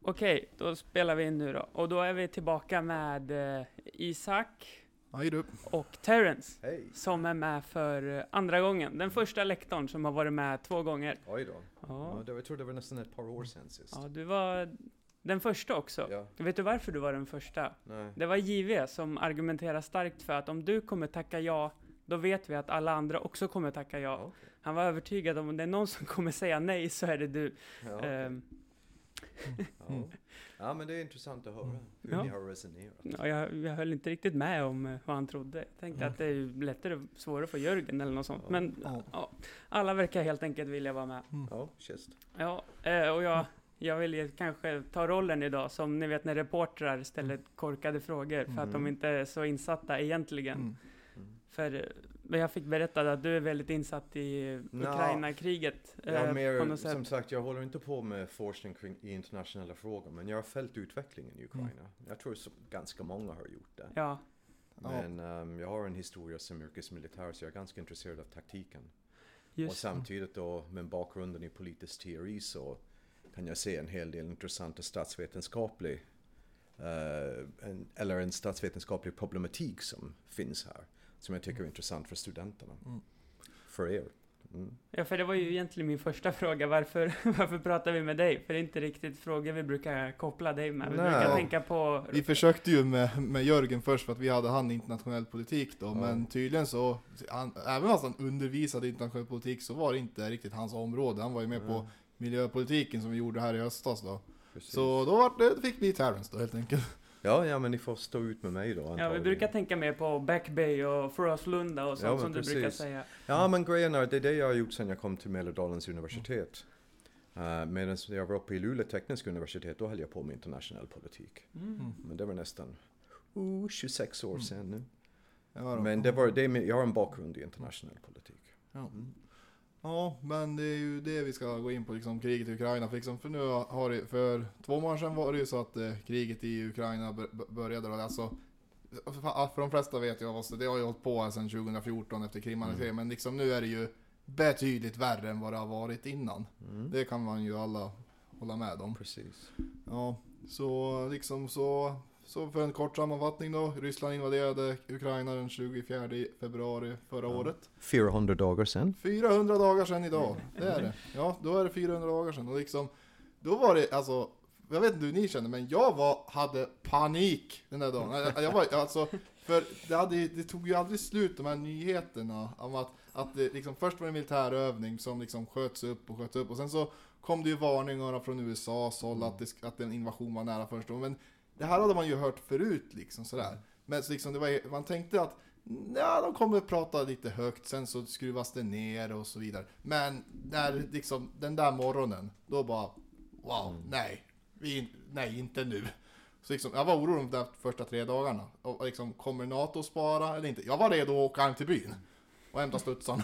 Okej, då spelar vi in nu då. Och då är vi tillbaka med Isak Hej du. och Terrence. Hej. Som är med för andra gången. Den första lektorn som har varit med 2 gånger. Oj då. Ja. Jag tror det var nästan ett par år sedan sist. Ja, du var den första också. Ja. Vet du varför du var den första? Nej. Det var JV som argumenterade starkt för att om du kommer tacka ja, då vet vi att alla andra också kommer tacka ja. Okay. Han var övertygad om det är någon som kommer säga nej så är det du. Ja, okay. Ja, men det är intressant att höra hur ni har resonerat. Ja, jag höll inte riktigt med om vad han trodde. Jag tänkte att det är ju lättare, svårare för Jörgen eller något sånt. Ja. Men ja, alla verkar helt enkelt vilja vara med. Ja, just. Ja, och jag vill ju kanske ta rollen idag som ni vet när reportrar ställer korkade frågor för att de inte är så insatta egentligen. För jag fick berätta att du är väldigt insatt i Ukraina-kriget. Jag på något sätt. som sagt, jag håller inte på med forskning kring internationella frågor, men jag har följt utvecklingen i Ukraina. Jag tror ganska många har gjort det. Ja. Men jag har en historia som yrkesmilitär, så jag är ganska intresserad av taktiken. Just. Och samtidigt då med bakgrunden i politisk teori så kan jag se en hel del intressanta statsvetenskaplig eller en statsvetenskaplig problematik som finns här. Som jag tycker är intressant för studenterna. För er. Ja, för det var ju egentligen min första fråga. Varför pratar vi med dig? För det är inte riktigt frågor vi brukar koppla dig med. Vi brukar tänka på... Vi försökte ju med Jörgen först för att vi hade han internationell politik då. Men tydligen så, även fast han undervisade internationell politik så var det inte riktigt hans område. Han var ju med på miljöpolitiken som vi gjorde här i höstas då. Precis. Så då fick vi Terrence då helt enkelt. Ja, men ni får stå ut med mig då. Antagligen. Ja, vi brukar tänka mer på Back Bay och Fröslunda och sånt som precis. du brukar säga. Ja, men grejen är, det är det jag har gjort sedan jag kom till Mälardalens universitet. Medan jag var uppe i Luleå tekniska universitet, då höll jag på med internationell politik. Men det var nästan 26 år sedan nu. Men jag har en bakgrund i internationell politik. Ja, men det är ju det vi ska gå in på, liksom kriget i Ukraina. För nu har det, för 2 månader sedan var det ju så att kriget i Ukraina började. Alltså, för de flesta vet jag det har ju hållit på sedan 2014 efter krigsannektionen. Men liksom nu är det ju betydligt värre än vad det har varit innan. Det kan man ju alla hålla med om. Precis. Ja, så liksom så för en kort sammanfattning då. Ryssland invaderade Ukraina den 24 februari förra året. 400 dagar sedan. 400 dagar sedan idag, det är det. Ja, då är det 400 dagar sedan. Och liksom, då var det, alltså, jag vet inte hur ni känner, men jag hade panik den där dagen. Jag var, alltså, för det tog ju aldrig slut de här nyheterna om att det liksom, först var det en militärövning som liksom sköts upp. Och sen så kom det ju varningar från USAs håll att en invasion var nära först. Men det här hade man ju hört förut liksom sådär. Men så liksom, man tänkte att de kommer prata lite högt, sen så skruvas det ner och så vidare. Men när liksom den där morgonen, då bara wow, nej, inte nu. Så liksom, jag var orolig de första 3 dagarna. Och liksom, kommer NATO spara eller inte? Jag var redo att åka hem till byn och hämta studsan.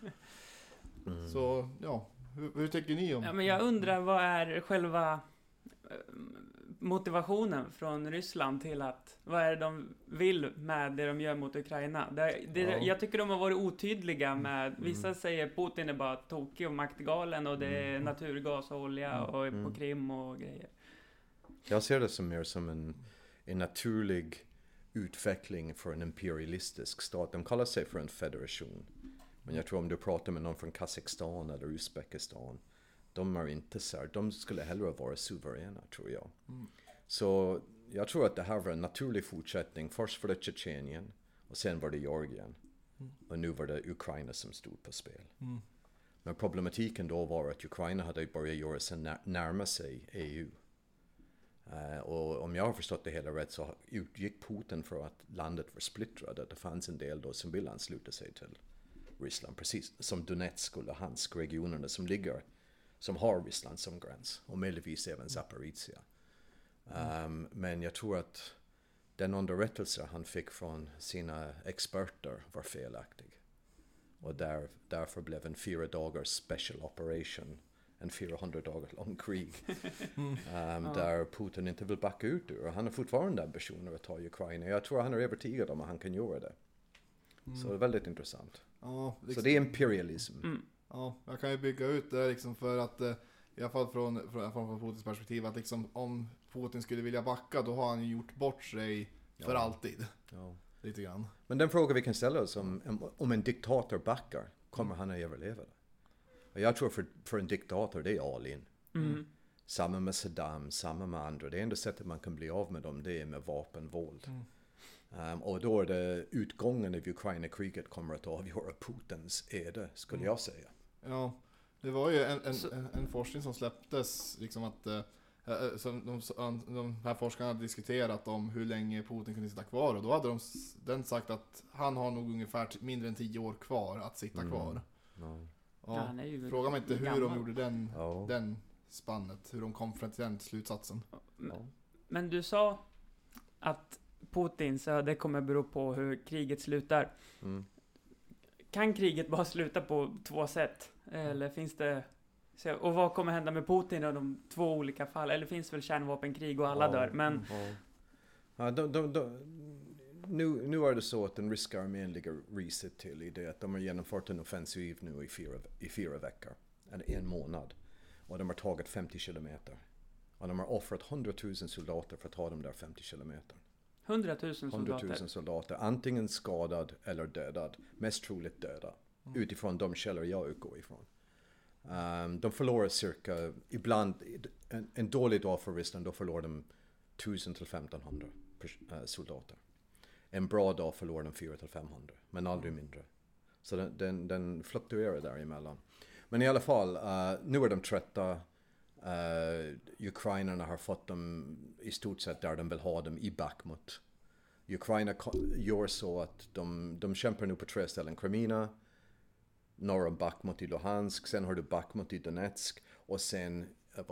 Så ja, hur tycker ni om? Ja, men jag undrar vad är själva motivationen från Ryssland till att vad är det de vill med det de gör mot Ukraina? Jag tycker de har varit otydliga med, vissa säger Putin är bara tokig och maktgalen och det är naturgas och olja och på Krim och grejer. Jag ser det som mer som en naturlig utveckling för en imperialistisk stat. De kallar sig för en federation. Men jag tror om du pratar med någon från Kazakstan eller Uzbekistan, de är inte så här. De skulle hellre vara suveräna, tror jag. Så jag tror att det här var en naturlig fortsättning. Först var det Tjetjenien och sen var det Georgien. Och nu var det Ukraina som stod på spel. Men problematiken då var att Ukraina hade börjat göra sig närma sig EU. Och om jag har förstått det hela rätt så utgick Putin för att landet var splittrat. Att det fanns en del då som ville ansluta sig till Ryssland. Precis som Donetsk och Luhansk-regionerna som har Ryssland som gräns. Och möjligtvis även Zaporizjzja. Men jag tror att den underrättelse han fick från sina experter var felaktig. Och därför blev en 4 dagars special operation en 400 dagar lång krig. Där Putin inte vill backa ut ur. Han är fortfarande ambitioner att ta Ukraina. Jag tror han är övertygad om att han kan göra det. Så det är väldigt intressant. Ja, liksom, så det är imperialism. Ja, jag kan ju bygga ut det liksom för att i alla fall från Putins perspektiv, att liksom om Putin skulle vilja backa, då har han ju gjort bort sig för alltid. Ja. Lite grann. Men den fråga vi kan ställa oss om en diktator backar, kommer han att överleva det? Och jag tror för en diktator, det är all in. Samma med Saddam, samma med andra. Det enda sättet man kan bli av med dem, det är med vapenvåld. Och då är det utgången av Ukraina-kriget kommer att avgöra Putins öde, skulle jag säga. Ja, det var ju en forskning som släpptes, liksom att som de här forskarna hade diskuterat om hur länge Putin kunde sitta kvar, och då hade den sagt att han har nog ungefär mindre än 10 år kvar att sitta kvar. Ja, frågar man inte hur de gjorde den spannet, hur de kom fram till den slutsatsen. Men du sa att Putins öde kommer bero på hur kriget slutar. Kan kriget bara sluta på 2 sätt? Eller finns det... Och vad kommer hända med Putin och de 2 olika fall? Eller finns väl kärnvapenkrig och alla dör? Men... Nu är det så att den ryska armén ligger risigt till i det att de har genomfört en offensiv nu i 4 veckor. Eller 1 månad. Och de har tagit 50 kilometer. Och de har offrat 100 000 soldater för att ta de där 50 kilometer. 100 000 soldater? 100 000 soldater. Antingen skadad eller dödad. Mest troligt döda. Utifrån de källor jag utgår ifrån. De förlorar cirka, ibland, en dålig dag för Ryssland, då förlorar de 1000 till 1500 soldater. En bra dag förlorar de 400 till 500, men aldrig mindre. Så den fluktuerar däremellan. Men i alla fall, nu är de trötta. Ukrainarna har fått dem i stort sett där de vill ha dem, i Bakhmut. Ukraina gör så att de kämpar nu på 3 ställen. Kremina, norr om Bakhmut i Luhansk, sen har du Bakhmut i Donetsk, och sen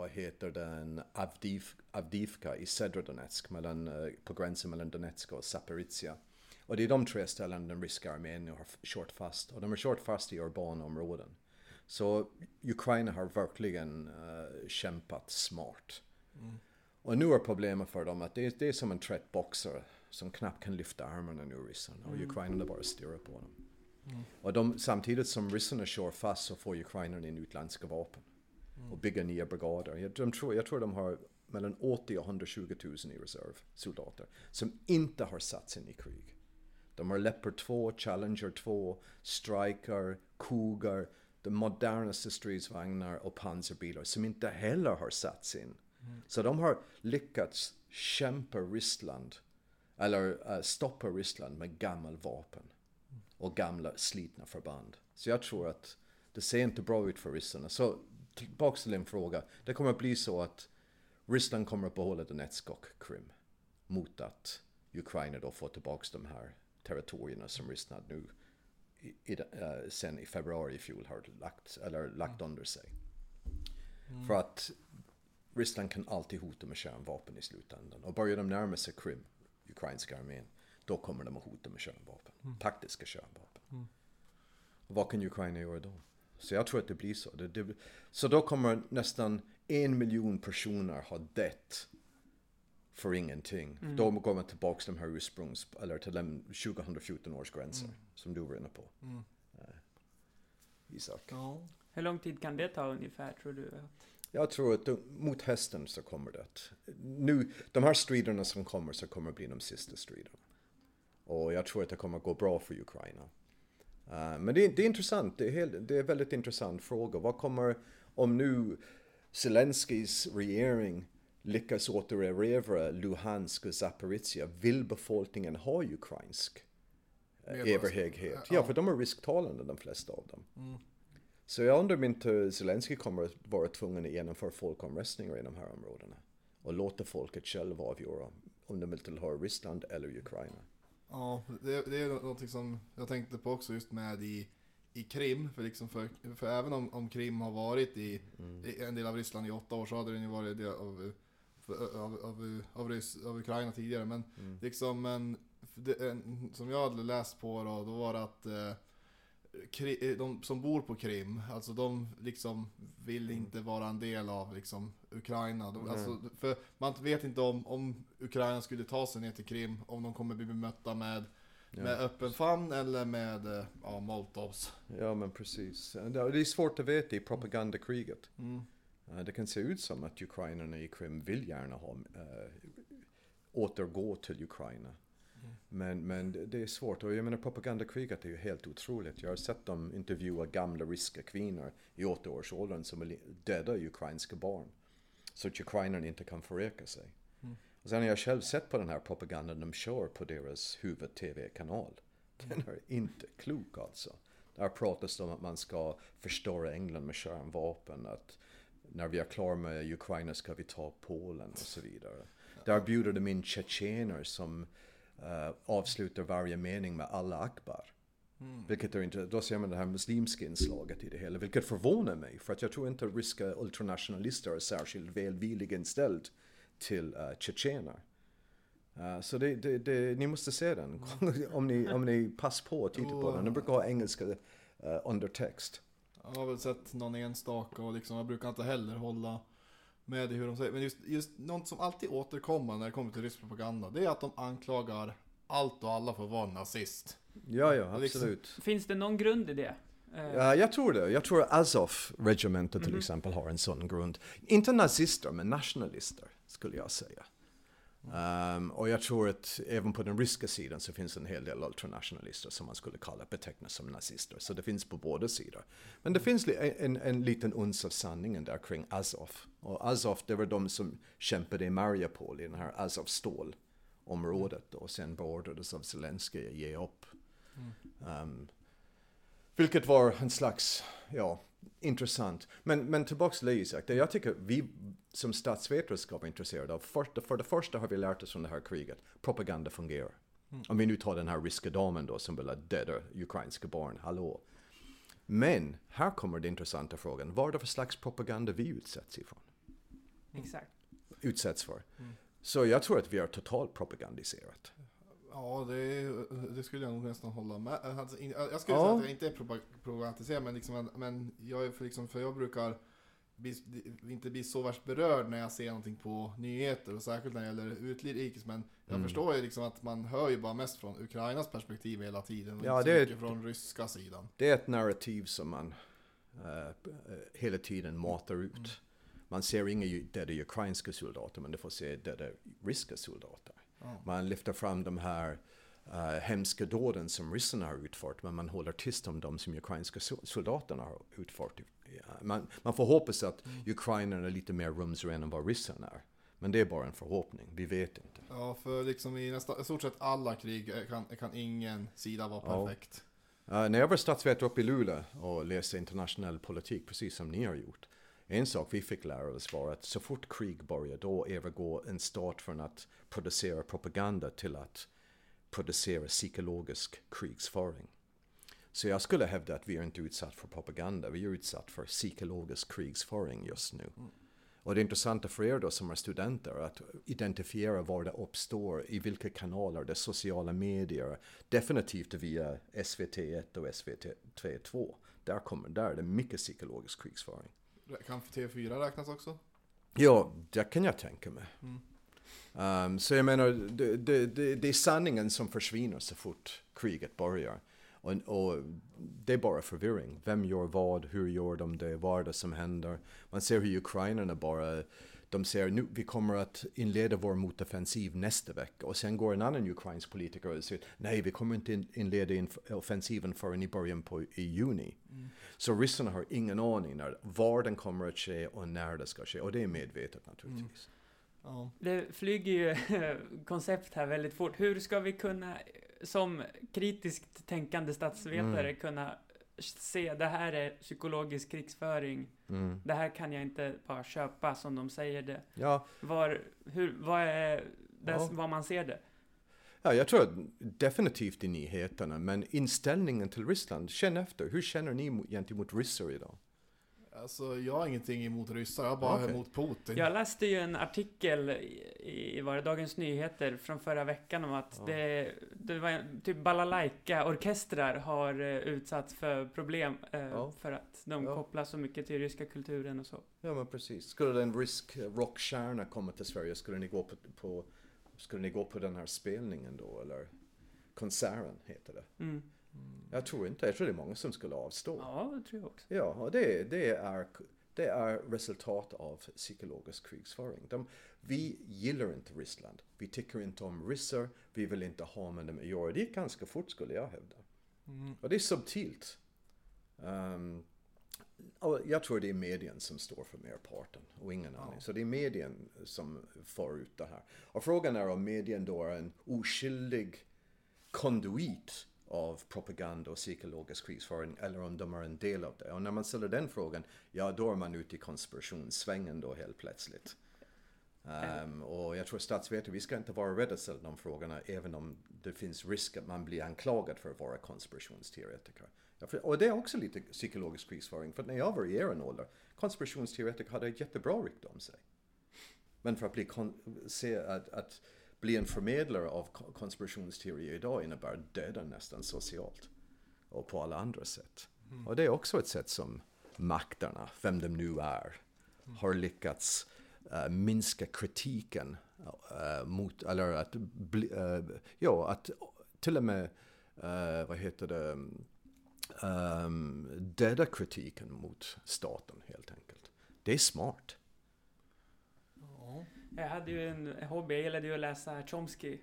Avdiivka i södra Donetsk, på gränsen mellan Donetsk och Zaporizjzja. Och det är de 3 ställen den ryska armén nu har kört fast, och de har kört fast i urbana områden. Så Ukraina har verkligen kämpat smart. Och nu är problemet för dem att det är som en trött boxare som knappt kan lyfta armarna nu, ryssarna, och Ukraina bara stirrar på dem. Och samtidigt som ryssarna kör fast, så får Ukraina in utländska vapen och bygger nya brigader. Jag tror de har mellan 80 och 120 000 i reserv soldater som inte har satts in i krig. De har Leopard 2, Challenger 2, Striker, Cougar, de modernaste stridsvagnar och pansarbilar som inte heller har satts in. Så de har lyckats kämpa Ryssland, eller stoppa Ryssland med gammal vapen och gamla slitna förband. Så jag tror att det ser inte bra ut för ryssarna. Så tillbaka till en fråga. Det kommer att bli så att Ryssland kommer att behålla Donetsk och Krim mot att Ukraina då får tillbaka de här territorierna som Ryssland nu sen i februari i fjol har lagt under sig. För att Ryssland kan alltid hota med kärnvapen i slutändan. Och börjar de närma sig Krim, ukrainska armén, då kommer de att hota med kärnvapen. Taktiska kärnvapen. Och vad kan Ukraina göra då? Så jag tror att det blir så. Så då kommer nästan 1 miljon personer ha dött för ingenting. Då går man tillbaka till de här eller till den 2014 års gränser som du var inne på. Isak. Ja. Hur lång tid kan det ta ungefär, tror du? Jag tror att mot hösten så kommer det. Nu, de här striderna som kommer, så kommer att bli de sista striderna. Och jag tror att det kommer att gå bra för Ukraina. Men det är intressant. Det är en väldigt intressant fråga. Vad kommer, om nu Zelenskis regering lyckas återerövra Luhansk och Zaporizjzja, vill befolkningen ha ukrainsk överhöghet? Ja, för de är risktalande, de flesta av dem. Så jag undrar om inte Zelensky kommer att vara tvungen att genomföra folkomröstningar i de här områdena och låta folket själva avgöra om de vill tillhöra Ryssland eller Ukraina. Ja, det är något som jag tänkte på också just med i Krim, för även om Krim har varit i en del av Ryssland i 8 år, så hade den ju varit del av Ukraina tidigare, men som jag hade läst på då var det att de som bor på Krim, alltså de liksom vill inte vara en del av liksom Ukraina. Alltså, för man vet inte om Ukraina skulle ta sig ner till Krim, om de kommer bli bemötta med öppen famn eller med Molotovs. Ja, men precis. Det är svårt att veta i propagandakriget. Det kan se ut som att ukrainarna i Krim vill gärna återgå till Ukraina. Men det är svårt, och jag menar propagandakriget är ju helt otroligt. Jag har sett dem intervjua gamla ryska kvinnor i 80-årsåldern som vill döda ukrainska barn, så att ukrainarna inte kan föröka sig. Och sen har jag själv sett på den här propagandan de kör på deras huvud-tv-kanal. Den är inte klok alltså. Där pratas det om att man ska förstöra England med kärnvapen, att när vi är klara med Ukraina ska vi ta Polen och så vidare. Där bjuder de in tjetjener som avslutar varje mening med Allah Akbar. Vilket är inte, då ser man det här muslimska inslaget i det hela, vilket förvånar mig, för att jag tror inte ryska ultranationalister är särskilt välvilligt inställd till tjetjener. Så ni måste se den om ni passar på att titta på den. Den brukar ha engelska undertext. Jag har väl sett någon enstaka, och liksom, jag brukar inte heller hålla med i hur de säger. Men just något som alltid återkommer när det kommer till rysk propaganda, det är att de anklagar allt och alla för att vara nazist. Ja, absolut. Finns det någon grund i det? Jag tror det. Jag tror Azov-regementet till exempel har en sån grund. Inte nazister, men nationalister skulle jag säga. Och jag tror att även på den ryska sidan så finns en hel del ultranationalister som man skulle beteckna som nazister. Så det finns på båda sidor. Men det finns en liten uns av sanningen där kring Azov. Och Azov, det var de som kämpade i Mariupol i den här Azov-stål-området. Och sen beordrades av Zelenskyj att ge upp. Vilket var en slags, intressant. Men tillbaks till Isak, det jag tycker vi som statsvetare ska vara intresserade av. För det första har vi lärt oss från det här kriget. Propaganda fungerar. Om vi nu tar den här ryska damen då som vill döda ukrainska barn. Hallå. Men här kommer det intressanta frågan. Vad är det för slags propaganda vi utsätts ifrån? Exakt. Utsätts för. Så jag tror att vi är totalt propagandiserat. Ja, det skulle jag nog nästan hålla med. Jag skulle säga att jag inte är propagandiserad, men jag är för jag brukar inte bli så värst berörd när jag ser någonting på nyheter, och särskilt när det gäller utrikes, men jag förstår ju liksom att man hör ju bara mest från Ukrainas perspektiv hela tiden, och inte mycket från ryska sidan. Det är ett narrativ som man hela tiden matar ut. Man ser inga döda ukrainska soldater, men det får se döda ryska soldater. Man lyfter fram de här hemska dåden som ryssarna har utfört, men man håller tyst om dem som ukrainska soldaterna har utfört. Man får hoppas att ukrainarna är lite mer rumsren än vad ryssarna är. Men det är bara en förhoppning, vi vet inte. Ja, för liksom i stort sett alla krig kan ingen sida vara perfekt. När jag var statsvetare uppe i Luleå och läste internationell politik, precis som ni har gjort, en sak vi fick lära oss var att så fort krig börjar, då övergår en stat från att producera propaganda till att producera psykologisk krigsföring. Så jag skulle hävda att vi är inte utsatt för propaganda, vi är utsatt för psykologisk krigsföring just nu. Och det intressanta för er då som är studenter att identifiera var det uppstår, i vilka kanaler, det sociala medier, definitivt via SVT1 och SVT2. Där är det mycket psykologisk krigsföring. Kan TV4 räknas också? Ja, det kan jag tänka mig. Så jag menar, det är sanningen som försvinner så fort kriget börjar. Och det är bara förvirring. Vem gör vad? Hur gör de det? Vad är det som händer? Man ser hur ukrainarna bara... De säger nu vi kommer att inleda vår motoffensiv nästa vecka. Och sen går en annan ukrainsk politiker och säger nej, vi kommer inte inleda offensiven förrän i början i juni. Så ryssarna har ingen aning var den kommer att ske och när det ska ske. Och det är medvetet naturligtvis. Det flyger ju koncept här väldigt fort. Hur ska vi kunna som kritiskt tänkande statsvetare kunna se det här är psykologisk krigsföring. Det här kan jag inte bara köpa som de säger det. Ja. Vad är det vad man ser det? Ja, jag tror definitivt i nyheterna, men inställningen till Ryssland, känn efter. Hur känner ni gentemot ryssar idag? Alltså, jag har ingenting emot ryssar, jag bara emot Putin. Jag läste ju en artikel i Dagens Nyheter från förra veckan om att det var typ balalaika-orkestrar har utsatts för problem för att de kopplar så mycket till ryska kulturen och så. Ja, men precis. Skulle en rysk rockstjärna komma till Sverige, skulle ni gå på den här spelningen då, eller konserten heter det? Jag tror det är många som skulle avstå. Ja, det tror jag också. Ja, och det är det är resultat av psykologisk krigsföring. Vi gillar inte Ryssland. Vi tycker inte om ryssar. Vi vill inte ha med dem att göra. Det är ganska fort, skulle jag hävda. Och det är subtilt. Och jag tror det är medien som står för merparten och ingen annan. Så det är medien som får ut det här. Och frågan är om medien då är en oskyldig konduit av propaganda och psykologisk krigsföring eller om de är en del av det. Och när man ställer den frågan, ja då är man ute i konspirationssvängen då helt plötsligt. Och jag tror statsvetare, vi ska inte vara rädda att ställa de frågorna även om det finns risk att man blir anklagad för att vara konspirationsteoretiker. Och det är också lite psykologisk krigsföring, för när jag var i er ålder, konspirationsteoretiker hade ett jättebra rykte om sig. Men för att bli en förmedlare av konspirationsteorier idag innebär döda nästan socialt och på alla andra sätt. Och det är också ett sätt som makterna, vem de nu är, har lyckats minska kritiken mot, eller att till och med döda kritiken mot staten helt enkelt. Det är smart. Jag hade ju en hobby, jag gillade ju att läsa Chomsky.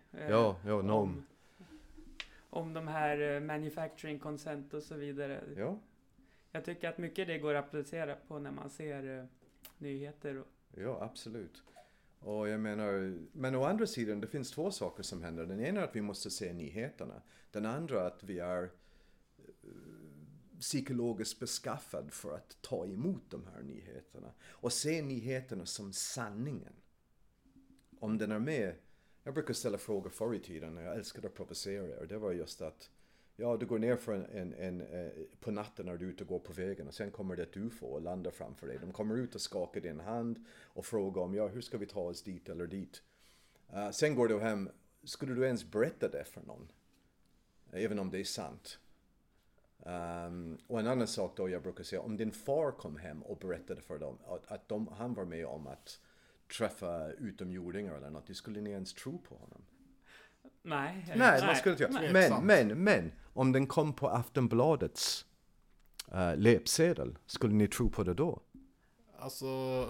Om de här manufacturing consent och så vidare. Ja. Jag tycker att mycket det går att applicera på när man ser nyheter. Ja, absolut. Och jag menar, men å andra sidan, det finns två saker som händer. Den ena är att vi måste se nyheterna. Den andra är att vi är psykologiskt beskaffad för att ta emot de här nyheterna. Och se nyheterna som sanningen. Om den är med, jag brukar ställa frågor förr i tiden när jag älskade att provocera. Och det var just att, du går ner för på natten när du är ute och går på vägen och sen kommer det ett UFO och landar framför dig. De kommer ut och skakar din hand och frågar om, hur ska vi ta oss dit eller dit? Sen går du hem, skulle du ens berätta det för någon? Även om det är sant. Och en annan sak då jag brukar säga, om din far kom hem och berättade för dem att han var med om att träffa utomjordingar eller något, skulle ni ens tro på honom? Nej, man skulle inte göra. Men om den kom på Aftonbladets löpsedel, skulle ni tro på det då? Alltså,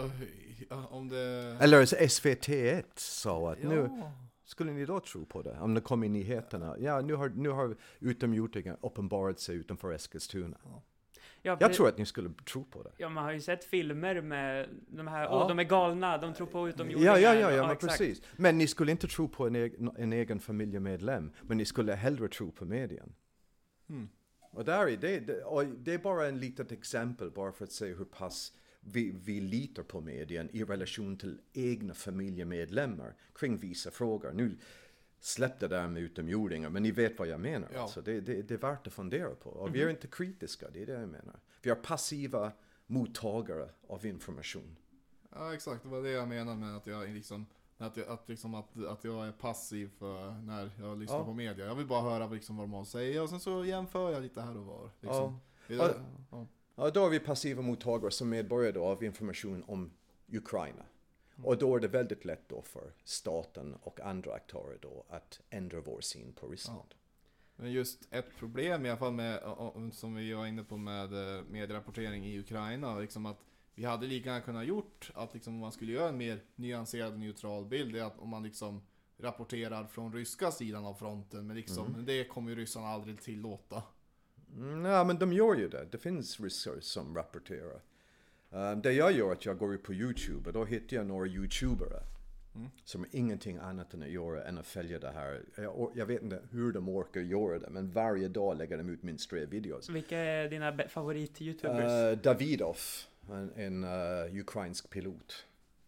om det... Eller SVT1 sa att nu skulle ni då tro på det? Om det kom i nyheterna. Ja, nu har utomjordingar uppenbarat sig utanför Eskilstuna. Jag tror att ni skulle tro på det. Ja, man har ju sett filmer med de här, de är galna, de tror på utomjordingar. Ja, men precis. Men ni skulle inte tro på en egen familjemedlem, men ni skulle hellre tro på medien. Och det är bara en litet exempel, bara för att se hur pass vi litar på medien i relation till egna familjemedlemmar kring vissa frågor. Nu släpp det där med utomjordingar, men ni vet vad jag menar. Ja. Alltså, det är värt att fundera på. Och vi är inte kritiska, det är det jag menar. Vi är passiva mottagare av information. Ja, exakt. Det var det jag menade med att jag liksom... Att jag är passiv när jag lyssnar på media. Jag vill bara höra vad de har att säga och sen så jämför jag lite här och var. Liksom. Ja, då är vi passiva mottagare som medborgare då av information om Ukraina. Och då är det väldigt lätt då för staten och andra aktörer då att ändra vår syn på Ryssland. Ja. Men just ett problem i alla fall med, som vi var inne på med medierapportering i Ukraina, liksom att vi hade lika gärna kunnat gjort att liksom man skulle göra en mer nyanserad och neutral bild, är att om man liksom rapporterar från ryska sidan av fronten, men liksom det kommer ju ryssarna aldrig tillåta. Nej, men de gör ju det. Det finns ryssar som rapporterar. Det jag gör är att jag går ut på YouTube och då hittar jag några YouTubere som har ingenting annat än att göra än att följa det här. Jag vet inte hur de orkar göra det, men varje dag lägger de ut minst 3 videos. Vilka är dina favorit-YouTubers? Davidov, en ukrainsk pilot.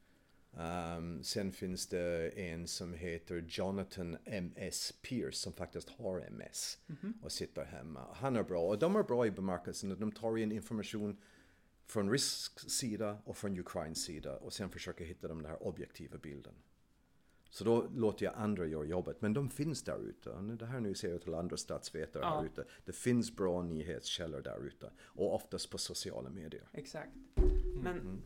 Sen finns det en som heter Jonathan M.S. Pierce som faktiskt har MS och sitter hemma. Han är bra, och de är bra i bemärkelsen att de tar in information från rysk sida och från Ukrains sida och sen försöker hitta den här objektiva bilden. Så då låter jag andra göra jobbet, men de finns där ute. Det här nu ser jag till andra statsvetare här ute. Det finns bra nyhetskällor där ute och oftast på sociala medier. Exakt. Men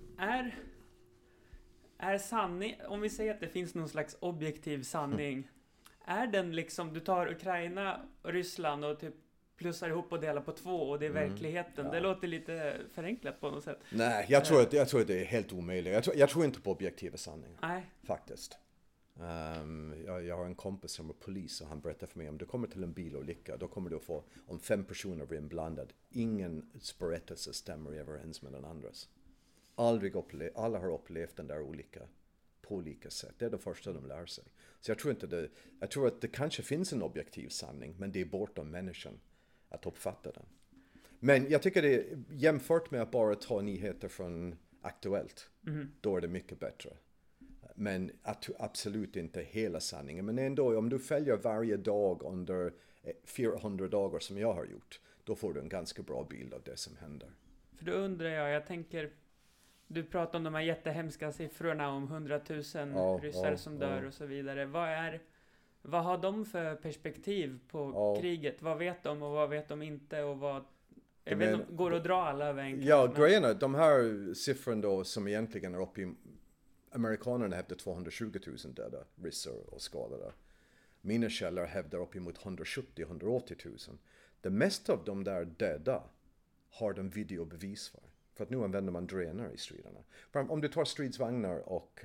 är sanning, om vi säger att det finns någon slags objektiv sanning, är den liksom, du tar Ukraina och Ryssland och typ plussar ihop och delar på 2 och det är verkligheten. Ja. Det låter lite förenklat på något sätt. Nej, jag tror att det är helt omöjligt. Jag tror inte på objektiva sanningar. Nej. Faktiskt. Jag har en kompis som är polis och han berättar för mig om du kommer till en bilolycka, då kommer du att få, om 5 personer blir inblandade, ingens berättelse stämmer överens med den andras. Alla har upplevt den där olika på olika sätt. Det är det första de lär sig. Så jag tror att det kanske finns en objektiv sanning, men det är bortom människan att uppfatta den. Men jag tycker det är jämfört med att bara ta nyheter från Aktuellt, då är det mycket bättre. Men absolut inte hela sanningen. Men ändå, om du följer varje dag under 400 dagar som jag har gjort, då får du en ganska bra bild av det som händer. För då undrar jag tänker, du pratar om de här jättehemska siffrorna om 100 000 ryssar som dör och så vidare. Vad har de för perspektiv på kriget? Vad vet de och vad vet de inte? Och vad... Jag vet inte, går att dra alla över en kam? Ja, grejerna, de här siffrorna då som egentligen är uppe i... Amerikanerna hävdar 220 000 döda ryssar och skadade. Mina källor hävdar uppemot 170-180 000. Det mesta av de där döda har de videobevis för. För att nu använder man drönare i striderna. Om du tar stridsvagnar och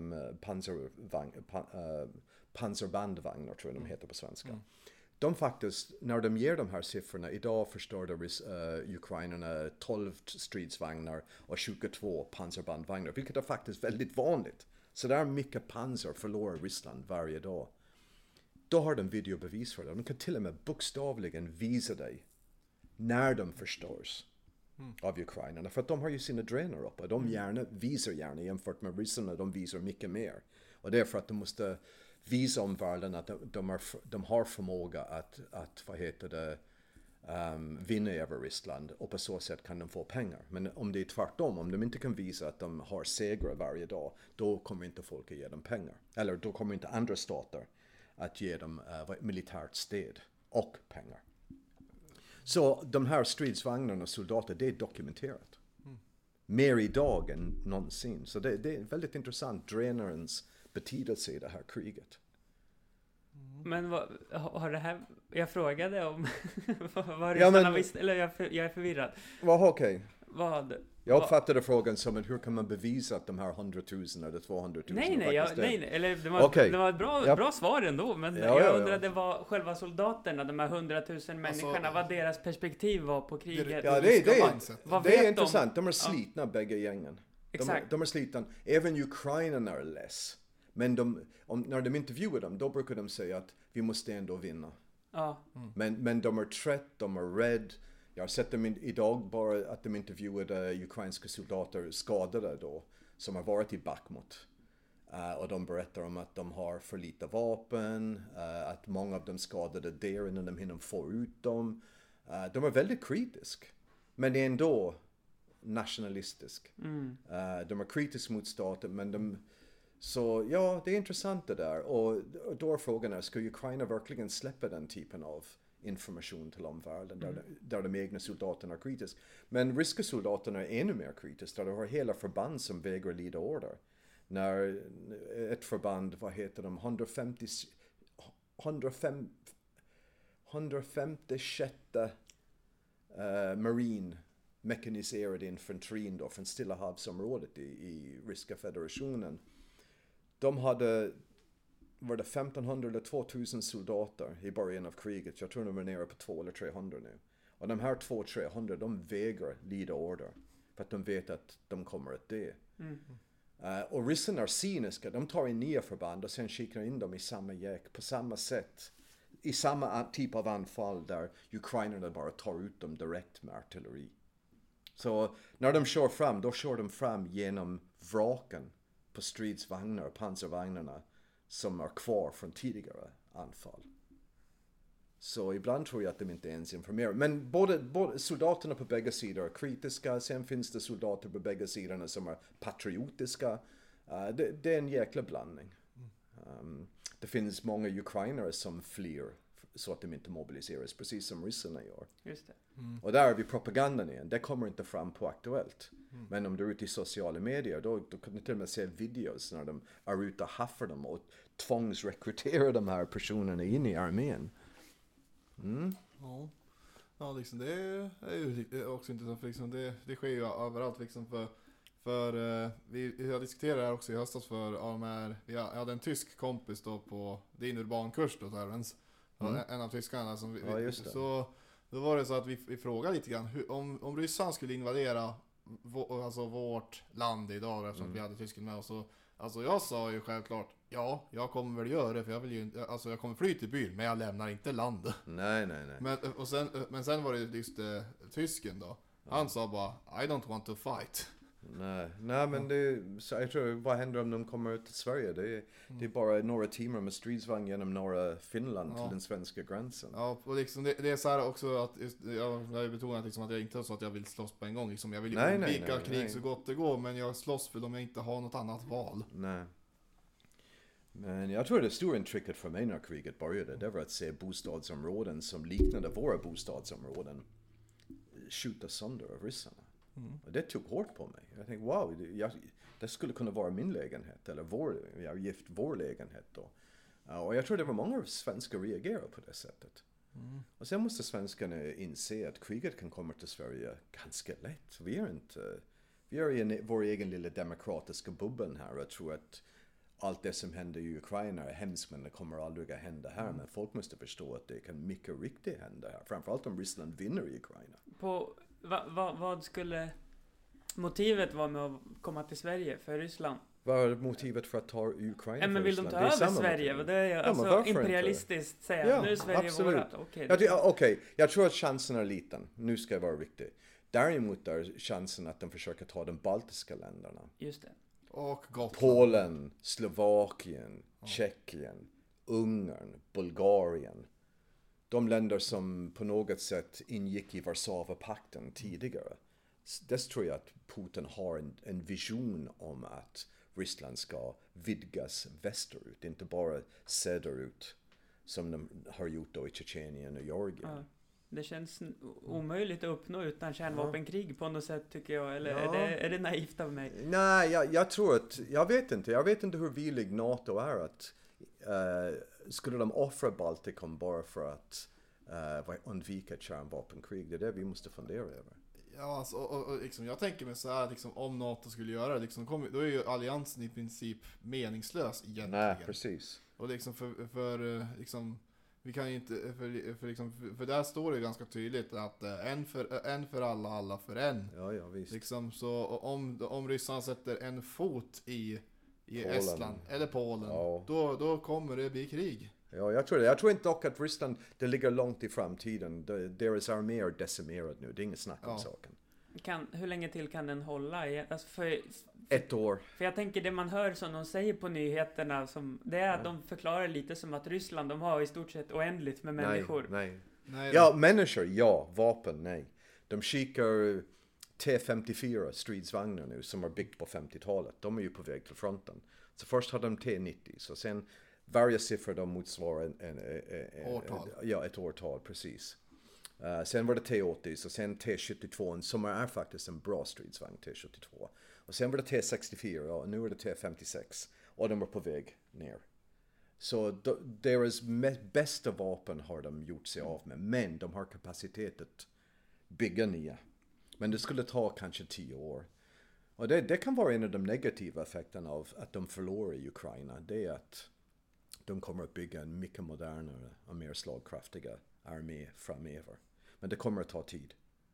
panserbandvagnar tror jag de heter på svenska. De faktiskt, när de ger de här siffrorna, idag förstörde ukrainerna 12 stridsvagnar och 22 panserbandvagnar, vilket är faktiskt väldigt vanligt. Så där mycket panser förlorar Ryssland varje dag. Då har de videobevis för det. De kan till och med bokstavligen visa dig när de förstörs av ukrainerna. För att de har ju sina drönare uppe. De visar gärna jämfört med ryssarna, de visar mycket mer. Och det är för att de måste visa omvärlden att de har förmåga att vinna över Ryssland, och på så sätt kan de få pengar. Men om det är tvärtom, om de inte kan visa att de har segrar varje dag, då kommer inte folk att ge dem pengar. Eller då kommer inte andra stater att ge dem militärt stöd och pengar. Så de här stridsvagnarna och soldater, det är dokumenterat. Mer idag än någonsin. Så det är väldigt intressant, drönarens betydelse i det här kriget. Men har det här... Jag frågade om vad ryssarna visste, eller jag är förvirrad. Okej. Jag uppfattade frågan som att hur kan man bevisa att de här 100 000 eller 200 000 Nej, eller det var ett bra svar ändå, men jag undrade vad själva soldaterna, de här 100 000 människorna, vad deras perspektiv var på kriget. Det är intressant. De är slitna bägge gängen. Exakt. De är slitna. Även ukrainerna är less. Men när de intervjuar dem, då brukar de säga att vi måste ändå vinna. Ja. Men de är trött, de är rädd. Jag har sett dem idag bara att de intervjuade ukrainska soldater skadade då, som har varit i Bakhmut. Och de berättar om att de har för lite vapen, att många av dem skadade där innan de hinner få ut dem. De är väldigt kritiska, men ändå nationalistisk. De är kritiska mot staten, men så ja, det är intressant det där. Och då är frågan, ska Ukraina verkligen släppa den typen av information till omvärlden där de egna soldaterna är kritiska? Men ryska soldaterna är ännu mer kritiska, där de har hela förband som vägrar lyda order. När ett förband, 156 Marine mekaniserade infanterin då från Stilla havsområdet i ryska federationen. De hade var det 1500 eller 2000 soldater i början av kriget. Jag tror de är nere på 200 eller 300 nu. Och de här 200-300, de vägrar lyda order. För att de vet att de kommer att dö. Och ryssarna är cyniska. De tar in nya förband och sen skickar in dem i samma jäk på samma sätt. I samma typ av anfall där ukrainerna bara tar ut dem direkt med artilleri. Så när de kör fram, då kör de fram genom vraken på stridsvagnar och pansarvagnarna som är kvar från tidigare anfall. Så ibland tror jag att de inte ens informerar. Men både soldaterna på bägge sidor är kritiska. Sen finns det soldater på bägge sidorna som är patriotiska. Det är en jäkla blandning. Det finns många ukrainare som flyr så att de inte mobiliseras, precis som ryssarna gör. Just det. Och där är vi propagandan igen. Det kommer inte fram på Aktuellt. Men om du är ute i sociala medier, då kan du till och med se videos när de är ute och haffar dem och tvångsrekryterar de här personerna in i armén. Ja. Ja, liksom det är ju också intressant, för liksom det sker ju överallt liksom, för vi har diskuterat det här också i höstas, för jag hade en tysk kompis då på din urbankurs då, Terrence. En av tyskarna som Ja, just det. så då var det så att vi frågade lite grann om Ryssland skulle invadera alltså vårt land idag, eftersom vi hade tysken med oss. Alltså jag sa ju självklart, ja, jag kommer väl göra det, för jag vill ju, alltså jag kommer fly till byn, men jag lämnar inte landet. Nej. Men sen var det just tysken då. Han sa bara, I don't want to fight. Nej, men så jag tror, vad händer om de kommer ut till Sverige? Det är bara några timmar med stridsvagn genom norra Finland till den svenska gränsen. Ja, och liksom det är så här också att jag har betonat liksom att jag inte är så att jag vill slåss på en gång. Liksom, jag vill ju undvika krig så gott det går, men jag slåss för om jag inte har något annat val. Nej. Men jag tror det stora intrycket för mig när kriget började, det var att se bostadsområden som liknade våra bostadsområden skjutas sönder av ryssarna. Och det tog hårt på mig. Jag tänkte, wow, det skulle kunna vara min lägenhet, eller jag har gift vår lägenhet då. Och jag tror det var många svenskar reagerade på det sättet. Och sen måste svenskarna inse att kriget kan komma till Sverige ganska lätt. Vi är i vår egen lilla demokratiska bubbel här, och jag tror att allt det som händer i Ukraina är hemskt, men det kommer aldrig att hända här. Men folk måste förstå att det kan mycket riktigt hända här. Framförallt om Ryssland vinner i Ukraina. Vad skulle motivet vara med att komma till Sverige för Ryssland? Vad är motivet för att ta Ukraina? Men vill de ta över Sverige? Det är alltså imperialistiskt säga, nu är Sverige vårat. Okej, jag tror att chansen är liten. Nu ska jag vara riktig. Däremot är chansen att de försöker ta de baltiska länderna. Just det. Och Gotland. Polen, Slovakien, Tjeckien, Ungern, Bulgarien. De länder som på något sätt ingick i Warszawapakten tidigare. Det tror jag att Putin har en vision om att Ryssland ska vidgas västerut, inte bara söderut som de har gjort då i Tjetjenien och Georgien. Ja. Det känns omöjligt att uppnå utan kärnvapenkrig på något sätt, tycker jag. Eller är det naivt av mig? Nej, jag tror att, jag vet inte hur villig NATO är att skulle de offra Baltikum bara för att undvika kärnvapenkrig? Det är det vi måste fundera över. Ja, alltså, och liksom, jag tänker mig så här, liksom, om NATO skulle göra det, liksom, då är ju alliansen i princip meningslös egentligen. Nej, precis. Och liksom för liksom, vi kan ju inte, för där står det ganska tydligt att en för alla, alla för en. Ja, visst. Liksom, så om Ryssland sätter en fot i Estland eller Polen, då kommer det bli krig. Ja, jag tror det. Jag tror inte dock att Ryssland, det ligger långt i framtiden. Deras armé är decimerad nu. Det är inget snack om saken. Hur länge till kan den hålla? Alltså ett år. För jag tänker, det man hör som de säger på nyheterna, det är att de förklarar lite som att Ryssland, de har i stort sett oändligt med människor. Nej. Ja, människor, ja. Vapen, nej. De kikar T-54 stridsvagnar nu som har byggt på 50-talet. De är ju på väg till fronten. Så först har de T-90, så sen varje siffra de motsvarar årtal. Ja, ett årtal, precis. Sen var det T-80 och sen T-72 som är faktiskt en bra stridsvagn, T-72. Och sen var det T-64 och nu är det T-56 och de är på väg ner. Så deras bästa vapen har de gjort sig av med, men de har kapacitet att bygga nya. Men det skulle ta kanske 10 år. Och det kan vara en av de negativa effekterna av att de förlorar i Ukraina. Det är att de kommer att bygga en mycket modernare och mer slagkraftiga armé framöver. Men det kommer att ta tid.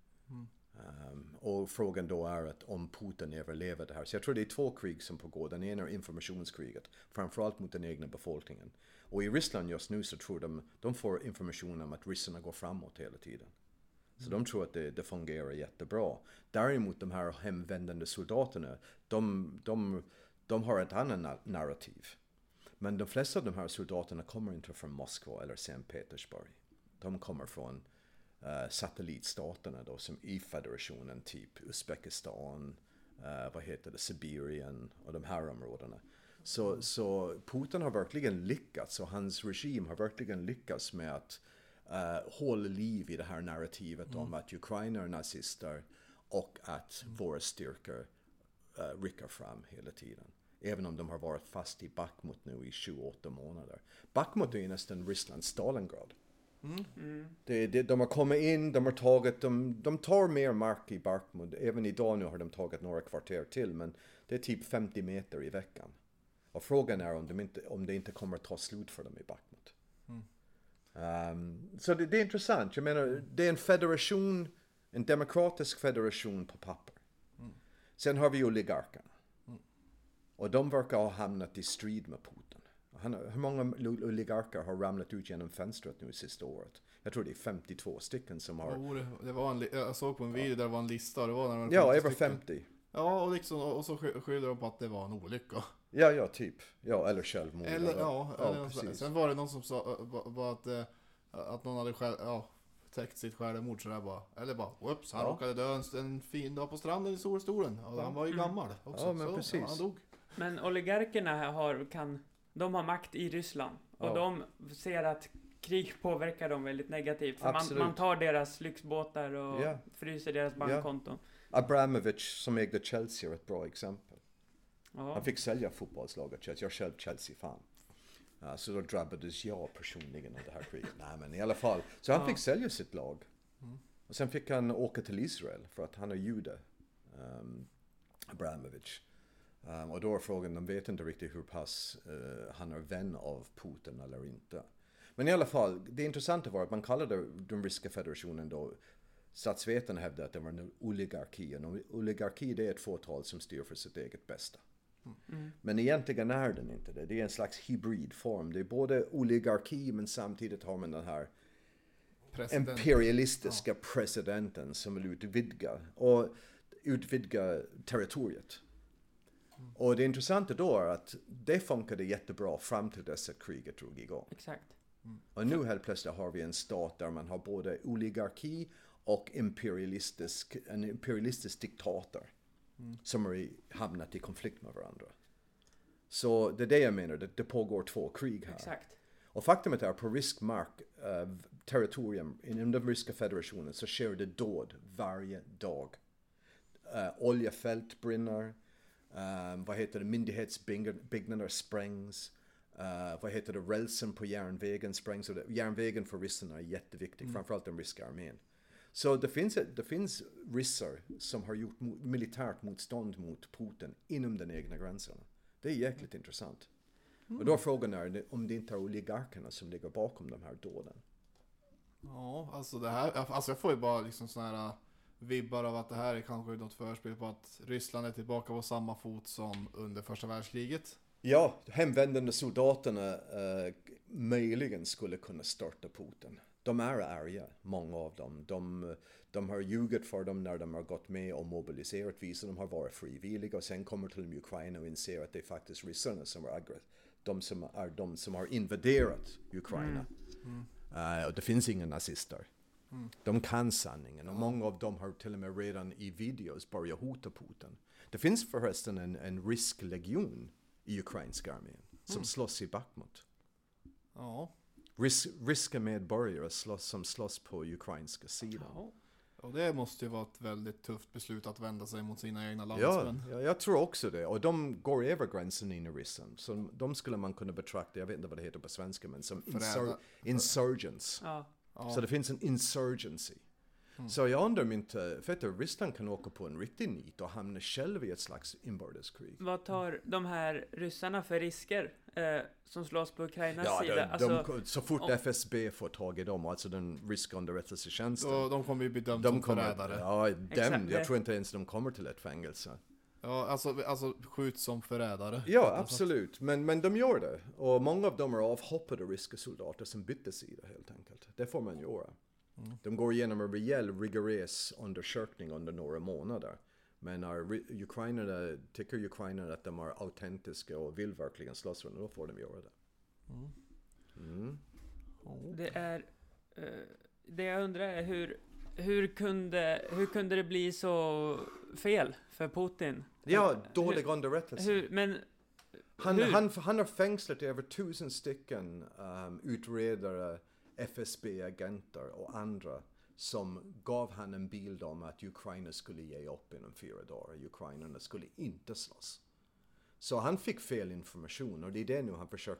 Och frågan då är att om Putin överlever det här. Så jag tror det är 2 krig som pågår. Den ena är informationskriget. Framförallt mot den egna befolkningen. Och i Ryssland just nu så tror de får information om att ryssarna går framåt hela tiden. Så de tror att det fungerar jättebra. Däremot de här hemvändande soldaterna, de har ett annat narrativ. Men de flesta av de här soldaterna kommer inte från Moskva eller Sankt Petersburg. De kommer från satellitstaterna då, som i federationen, typ Uzbekistan, Sibirien och de här områdena. Så Putin har verkligen lyckats, och hans regim har verkligen lyckats med att hålla liv i det här narrativet om att Ukraina är nazister och att våra styrkor rycker fram hela tiden. Även om de har varit fast i Bakhmut nu i 28 månader. Bakhmut är ju nästan Rysslands Stalingrad. De har kommit in, de har tagit, de tar mer mark i Bakhmut. Även idag nu har de tagit några kvarter till, men det är typ 50 meter i veckan. Och frågan är om det inte kommer att ta slut för dem i Bakhmut. Så det är intressant. Jag menar, det är en federation, en demokratisk federation på papper. Sen har vi oligarkerna. Och de verkar ha hamnat i strid med Putin. Hur många oligarker har ramlat ut genom fönstret nu sista året? Jag tror det är 52 stycken som har... Det var jag såg på en video där det var en lista. Det var när över 50. Ja, och så skyller de på att det var en olycka. Ja, typ. Ja, eller självmord. Eller, sen var det någon som sa att någon hade täckt sitt självmord sådär bara. Eller bara, whoops, han råkade dö en fin dag på stranden i solstolen. Och han var ju gammal också. Ja, men så, precis. Han dog. Men oligarkerna de har makt i Ryssland. Och de ser att krig påverkar dem väldigt negativt. För man tar deras lyxbåtar och fryser deras bankkonton. Abramovich som ägde Chelsea är ett bra exempel. Ja. Han fick sälja fotbollslaget Chelsea. Jag är själv Chelsea-fan. Så då drabbades jag personligen av det här kriget. Nej, men i alla fall. Så han fick sälja sitt lag. Och sen fick han åka till Israel för att han är jude. Abramovich. Och då är frågan, de vet inte riktigt hur pass han är vän av Putin eller inte. Men i alla fall, det intressanta var att man kallade den ryska federationen då, statsvetarna hävdade att det var en oligarki. Och oligarki, det är ett fåtal som styr för sitt eget bästa. Men egentligen är den inte det. Det är en slags hybridform. Det är både oligarki, men samtidigt har man den här imperialistiska presidenten som vill utvidga territoriet. Och det intressanta då är att det funkade jättebra fram till dess att kriget drog igång. Exakt. Och nu helt plötsligt har vi en stat där man har både oligarki och en imperialistisk diktator som har hamnat i konflikt med varandra. Så det är det jag menar, det pågår 2 krig här. Exakt. Och faktumet är på rysk mark, territorium inom den ryska federationen så sker det dåd varje dag. Oljefält brinner, myndighetsbyggnader sprängs, rälsen på järnvägen sprängs. Och järnvägen för ryssarna är jätteviktig, framförallt den ryska armén. Så det finns ryssar som har gjort militärt motstånd mot Putin inom den egna gränserna. Det är jäkligt intressant. Och då är frågan om det inte är oligarkerna som ligger bakom de här dåden. Ja, alltså det här, jag får ju bara liksom såna här vibbar av att det här är kanske något förspel på att Ryssland är tillbaka på samma fot som under första världskriget. Ja, hemvändande soldaterna möjligen skulle kunna störta Putin. De är arga, många av dem. De har ljugit för dem när de har gått med och mobiliserat, visar de har varit frivilliga och sen kommer till Ukraina och inser att det är faktiskt ryssarna som är de som har invaderat Ukraina. Och det finns inga nazister. De kan sanningen och många av dem har till och med redan i videos börjat hota Putin. Det finns förresten en rysk legion i ukrainska armén som slåss i Bakhmut. Ja. Ryska medborgare som slåss på ukrainska sidan. Ja. Och det måste ju vara ett väldigt tufft beslut att vända sig mot sina egna landsmän. Ja, jag tror också det. Och de går över gränsen in i Ryssland. Så de skulle man kunna betrakta, jag vet inte vad det heter på svenska, men som insurgents. Ja. Så det finns en insurgency. Så jag undrar om inte, för att Ryssland kan åka på en riktig nit och hamna själv i ett slags inbördeskrig. Vad tar de här ryssarna för risker som slås på Ukrainas sida? Så fort FSB får tag i dem, alltså den ryska underrättelsetjänsten. De kommer ju bli dömda som förrädare. Ja, jag tror inte ens de kommer till ett fängelse. Ja, alltså skjuts som förrädare. Ja, absolut. Men de gör det. Och många av dem är avhoppade ryska soldater som bytte sida helt enkelt. Det får man göra. De går igenom en rejäl rigorös undersökning under några månader. Men när tycker ukrainarna att de är autentiska och vill verkligen slåss, då får de göra det. Det är det jag undrar är hur kunde det bli så fel för Putin? Ja, dålig underrättelse. Han har fängslat över 1000 stycken utredare, FSB-agenter och andra som gav han en bild om att Ukraina skulle ge upp inom 4 dagar. Ukrainarna skulle inte slåss. Så han fick fel information och det är det nu han försöker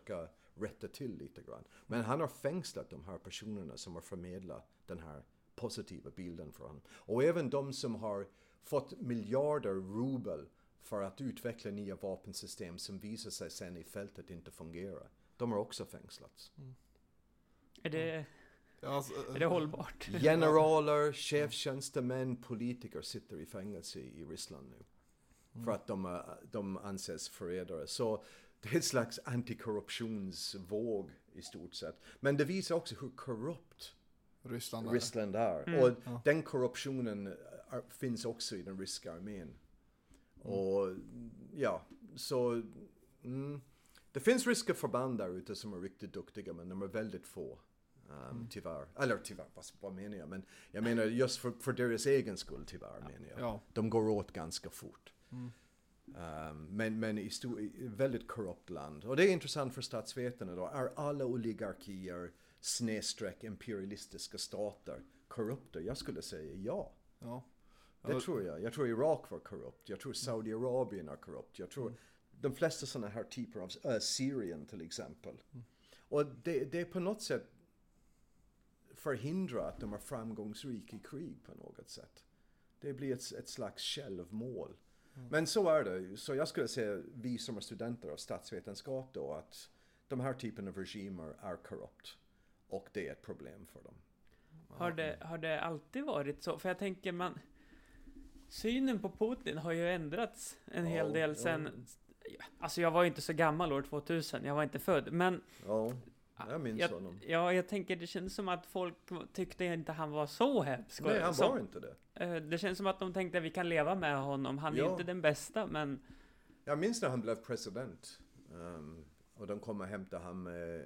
rätta till lite grann. Men han har fängslat de här personerna som har förmedlat den här positiva bilden för honom. Och även de som har fått miljarder rubel för att utveckla nya vapensystem som visar sig sen i fältet inte fungerar. De har också fängslats. Är det hållbart? Generaler, chefstjänstemän, politiker sitter i fängelse i Ryssland nu. För att de anses förrädare. Så det är ett slags antikorruptionsvåg i stort sett. Men det visar också hur korrupt Ryssland är. Och den korruptionen finns också i den ryska armén. Och ja, så det finns ryska förband där ute som är riktigt duktiga, men de är väldigt få. Tyvärr. Eller tyvärr, vad menar jag? Men jag menar just för deras egen skull tyvärr menar jag. Ja. De går åt ganska fort. Men i väldigt korrupt land. Och det är intressant för statsvetarna då. Är alla oligarkier / imperialistiska stater korrupta? Jag skulle säga ja. Det tror jag. Jag tror Irak var korrupt. Jag tror Saudiarabien är korrupt. Jag tror de flesta sådana här typer av Syrien till exempel. Och det är på något sätt förhindra att de är framgångsrika i krig på något sätt. Det blir ett slags självmål. Men så är det. Så jag skulle säga, vi som är studenter av statsvetenskap då, att de här typen av regimer är korrupt. Och det är ett problem för dem. Har det alltid varit så? För jag tänker synen på Putin har ju ändrats en hel del sen. Alltså jag var ju inte så gammal år 2000, jag var inte född, men jag minns honom. Ja, jag tänker det känns som att folk tyckte inte han var så hemsk. Nej, han var inte det. Det känns som att de tänkte att vi kan leva med honom. Han är inte den bästa, men... Jag minns när han blev president. Och de kom och hämtade honom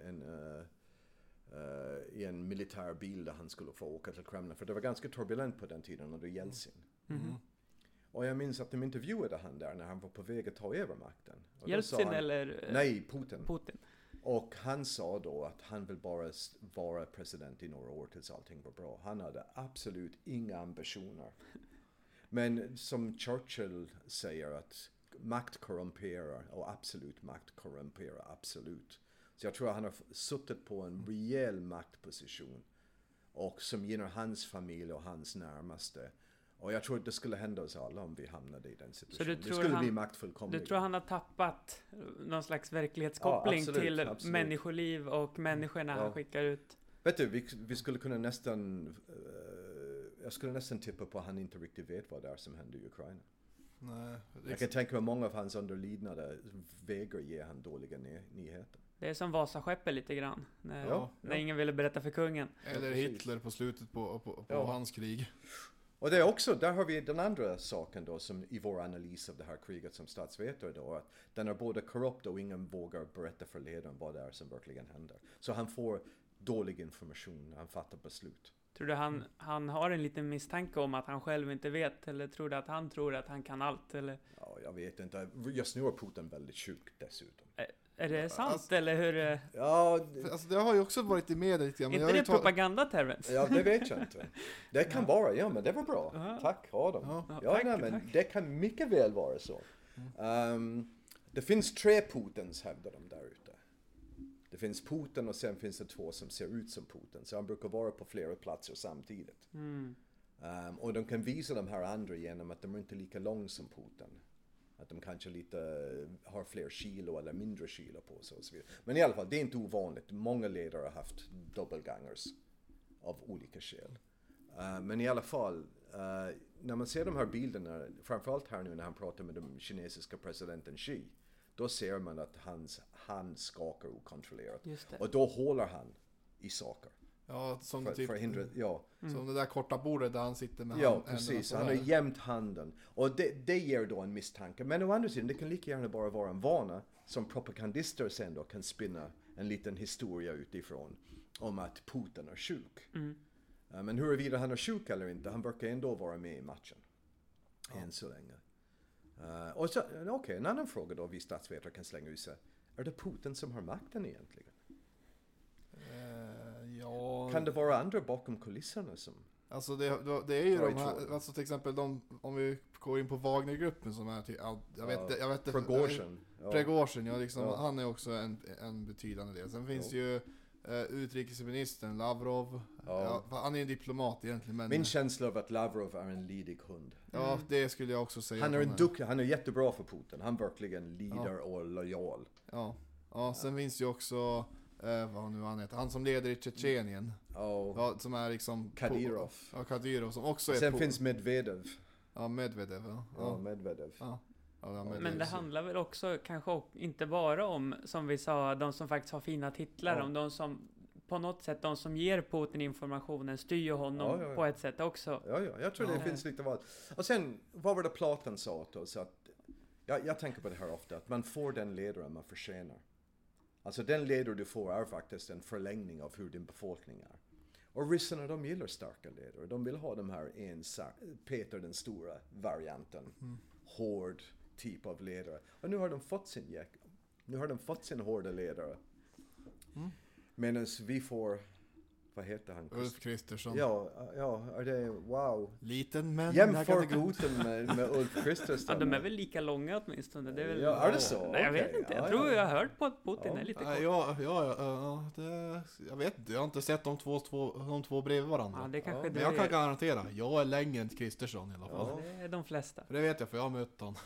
i en militär bil där han skulle få åka till Kreml. För det var ganska turbulent på den tiden under Jeltsin. Och jag minns att de intervjuade han där när han var på väg att ta över makten. Jeltsin eller... Nej, Putin. Putin. Och han sa då att han vill bara vara president i några år tills allting var bra. Han hade absolut inga ambitioner. Men som Churchill säger att makt korrumperar och absolut makt korrumperar absolut. Så jag tror att han har suttit på en rejäl maktposition och som gynnar hans familj och hans närmaste. Och jag tror att det skulle hända oss alla om vi hamnade i den situationen. Det skulle bli maktfullkomligt. Du tror han har tappat någon slags verklighetskoppling till människoliv och människorna han skickar ut? Vet du, vi skulle kunna nästan... jag skulle nästan tippa på att han inte riktigt vet vad det är som händer i Ukraina. Nej, jag kan tänka mig många av hans underlydnader vägrar ge han dåliga nyheter. Det är som Vasaskeppet lite grann. När ingen ville berätta för kungen. Eller Hitler på slutet på hans krig. Och det är också, där har vi den andra saken då som i vår analys av det här kriget som statsvetare då, att den är både korrupt och ingen vågar berätta för ledaren vad det är som verkligen händer. Så han får dålig information när han fattar beslut. Tror du han har en liten misstanke om att han själv inte vet, eller tror du att han tror att han kan allt, eller? Ja, jag vet inte. Just nu är Putin väldigt sjuk dessutom. Är det sant, eller hur? Ja, alltså det har ju också varit i media lite grann. Inte det propaganda, Terrence? Ja, det vet jag inte. Det kan vara, men det var bra. Tack, Adam. Men det kan mycket väl vara så. Det finns 3 Putins, hävdar de där ute. Det finns Putin och sen finns det 2 som ser ut som Putin. Så han brukar vara på flera platser samtidigt. Och de kan visa de här andra genom att de är inte lika lång som Putin. Att de kanske har fler kilo eller mindre kilo på sig och så vidare. Men i alla fall, det är inte ovanligt. Många ledare har haft doppelgangers av olika skäl. Men i alla fall, när man ser de här bilderna, framförallt här nu när han pratar med den kinesiska presidenten Xi, då ser man att hans hand skakar okontrollerat. Och då håller han i saker. Ja, som som det där korta bordet där han sitter med handen. Ja, precis. Han har jämt handen. Och det ger då en misstanke. Men å andra sidan, det kan lika gärna bara vara en vana som propagandister sen då kan spinna en liten historia utifrån om att Putin är sjuk. Men huruvida han är sjuk eller inte, han verkar ändå vara med i matchen. Än så länge. Och så, en annan fråga då vi statsvetare kan slänga ut sig. Är det Putin som har makten egentligen? Kan det vara andra bakom kulisserna som Alltså det är ju de här, alltså till exempel om vi går in på Wagnergruppen som är till, jag vet Prigozhin, ja liksom, han är också en betydande del. Sen finns ju utrikesministern Lavrov, han är en diplomat egentligen, men min känsla av att Lavrov är en lydig hund. Ja, det skulle jag också säga. Han är jättebra för Putin. Han verkligen lider och lojal. Ja, sen finns ju också vad nu han heter, han som leder i Tjetjenien. Som är liksom Kadyrov som också är. Sen finns Medvedev. Medvedev. Medvedev. Men det handlar väl också kanske inte bara om, som vi sa, de som faktiskt har fina titlar, om de som på något sätt, de som ger Putin informationen styr honom på ett sätt också. Jag tror det finns lite vad. Och sen, vad var det Platon sa åt oss? Att, jag tänker på det här ofta, att man får den ledare man förtjänar. Alltså den ledare du får är faktiskt en förlängning av hur din befolkning är. Och ryssarna, de gillar starka ledare. De vill ha de här Peter den stora varianten. Hård typ av ledare. Och nu har de fått sin hårda ledare. Medan vi får, vad heter han? Ulf Kristersson. Ja, är det, wow. Liten men. Jämför Putin med Ulf Kristersson. Ja, de är väl lika långa åtminstone. Det är väl, är det så? Nej, jag vet inte. Jag tror jag har hört på att Putin är lite kort. Jag vet inte. Jag har inte sett de två bredvid varandra. Ja, det kanske men jag kan garantera, jag är längre än Kristersson i alla fall. Ja, det är de flesta. För det vet jag, för jag har mött honom.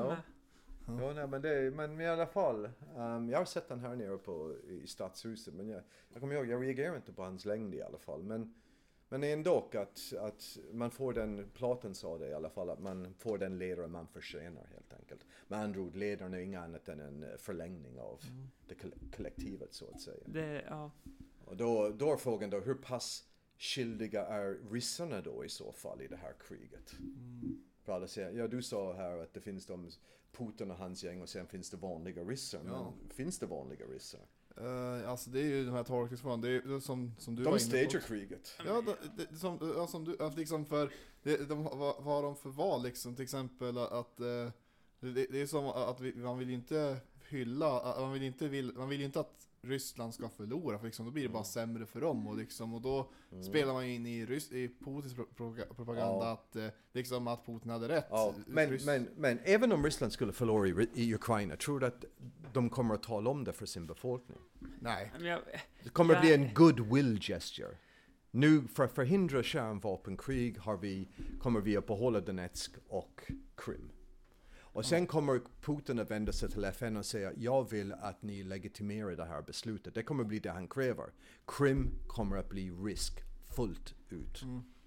Men i alla fall, jag har sett den här nere i stadshuset, men jag kommer ihåg, jag reagerar inte på hans längd i alla fall, men ändå att man får den, Platon sa det i alla fall, att man får den ledare man förtjänar helt enkelt. Med andra ord, ledaren är inget annat än en förlängning av det kollektivet så att säga. Och då är frågan då, hur pass skyldiga är ryssarna då i så fall i det här kriget? För alla säger, du sa här att det finns de Putin och hans gäng och sen finns det vanliga ryssar. Men finns det vanliga ryssar? Alltså det är ju de här tolkningsfrågorna. Det är som du de var inne stagear kriget. Ja, som du, liksom för vad har de för val liksom, till exempel att det är som att man vill inte hylla, man vill inte att Ryssland ska förlora, för liksom, då blir det bara sämre för dem och liksom, och då spelar man in i Putins propaganda att liksom att Putin hade rätt. Men även om Ryssland skulle förlora i Ukraina, tror du att de kommer att tala om det för sin befolkning? Nej. Det kommer att bli en goodwill gesture. Nu för att förhindra kärnvapenkrig kommer vi att behålla Donetsk och Krim. Och sen kommer Putin att vända sig till FN och säga, jag vill att ni legitimerar det här beslutet. Det kommer att bli det han kräver. Krim kommer att bli risk fullt ut.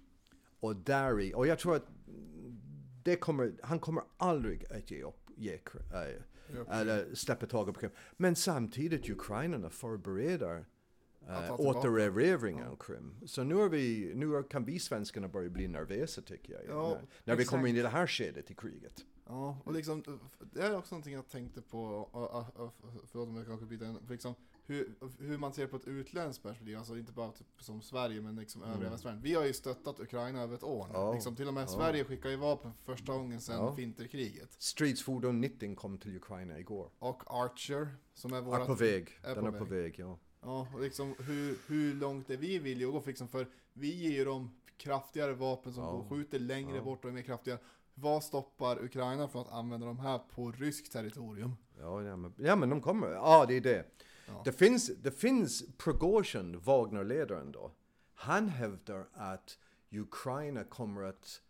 Och jag tror att han kommer aldrig att ge upp eller släppa taget på Krim. Men samtidigt Ukraina förbereder återerövringen av Krim. Så nu kan vi svenskarna börja bli nervösa tycker jag. När vi kommer in i det här skedet i kriget. Ja, och liksom, det är också någonting jag tänkte på, förlåt om jag kanske byter en, liksom, hur man ser på ett utländskt perspektiv, alltså inte bara typ som Sverige men liksom övriga västvärlden. Vi har ju stöttat Ukraina över ett år nu. Liksom, till och med Sverige skickar ju vapen för första gången sedan vinterkriget. Stridsfordon 19 kom till Ukraina igår. Och Archer som är vårat... Den är på väg, ja. Ja, och liksom hur långt är vi villiga att gå, liksom, för vi ger ju dem kraftigare vapen som skjuter längre bort och är mer kraftiga. Vad stoppar Ukraina från att använda de här på ryskt territorium? Ja, men de kommer. Ja, det är det. Ja. Det finns Prigozhin, Wagner-ledaren då. Han hävdar att Ukraina kommer att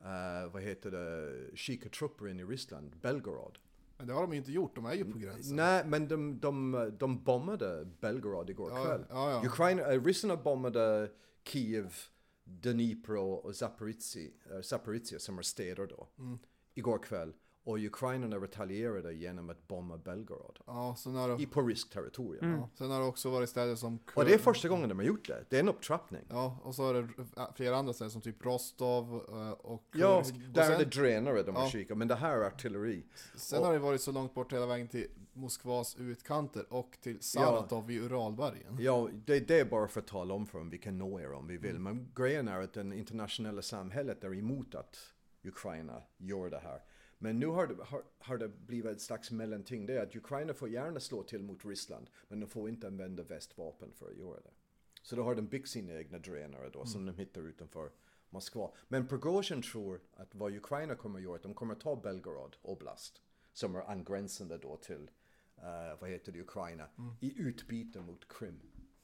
skicka trupper in i Ryssland, Belgorod. Men det har de ju inte gjort, de är ju på gränsen. Nej, men de bombade Belgorod igår kväll. Ryssarna bombade Kiev, Dnipro och Zaporizjzja som är städer då. Igår kväll. Och Ukraina retalierade genom att bomba Belgorod. Ja, på ryskt territorium. Ja, sen har det också varit städer som... Och det är första gången de har gjort det. Det är en upptrappning. Ja, och så är det flera andra städer som typ Rostov och... Ja, där är det drönare de har kikat. Men det här är artilleri. Sen har det varit så långt bort hela vägen till Moskvas utkanter och till Saratov i Uralbergen. Ja, det är bara för att tala om för dem. Vi kan nå er om vi vill. Men grejen är att det internationella samhället är emot att Ukraina gör det här. Men nu har det blivit ett slags mellanting. Det är att Ukraina får gärna slå till mot Ryssland, men de får inte använda västvapen för att göra det. Så då har de byggt sina egna drönare då, som de hittar utanför Moskva. Men Prigozhin tror att vad Ukraina kommer att göra, att de kommer att ta Belgorod oblast, som är angränsande då till, Ukraina, i utbyte mot Krim.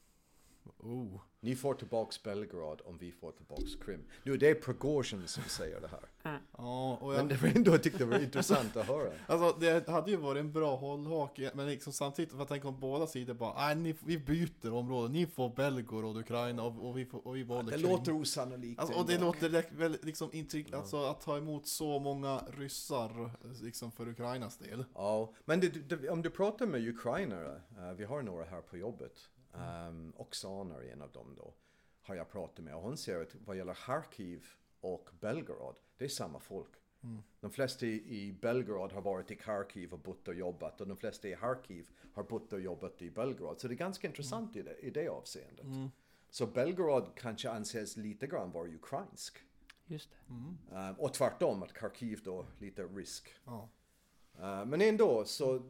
Ni får tillbaks Belgrad om vi får tillbaks Krim. Nu är det Prigozhin som säger det här. Men det var ändå, jag tyckte det var intressant att höra. Alltså det hade ju varit en bra hållhake, men liksom samtidigt för att tänka om båda sidor bara, vi byter område, ni får Belgorod och Ukraina och vi behåller Det Krim. Låter osannolikt. Alltså, och det låter väldigt liksom alltså att ta emot så många ryssar liksom för Ukrainas del. Ja, men om du pratar med ukrainare, vi har några här på jobbet. Oksana är en av dem då, har jag pratat med, och hon säger att vad gäller Kharkiv och Belgorod, det är samma folk. De flesta i Belgorod har varit i Kharkiv och bott och jobbat, och de flesta i Kharkiv har bott och jobbat i Belgorod, så det är ganska intressant i det avseendet. Så Belgorod kanske anses lite grann vara ukrainsk. Just det. Och tvärtom, att Kharkiv då lite rysk. Men ändå, så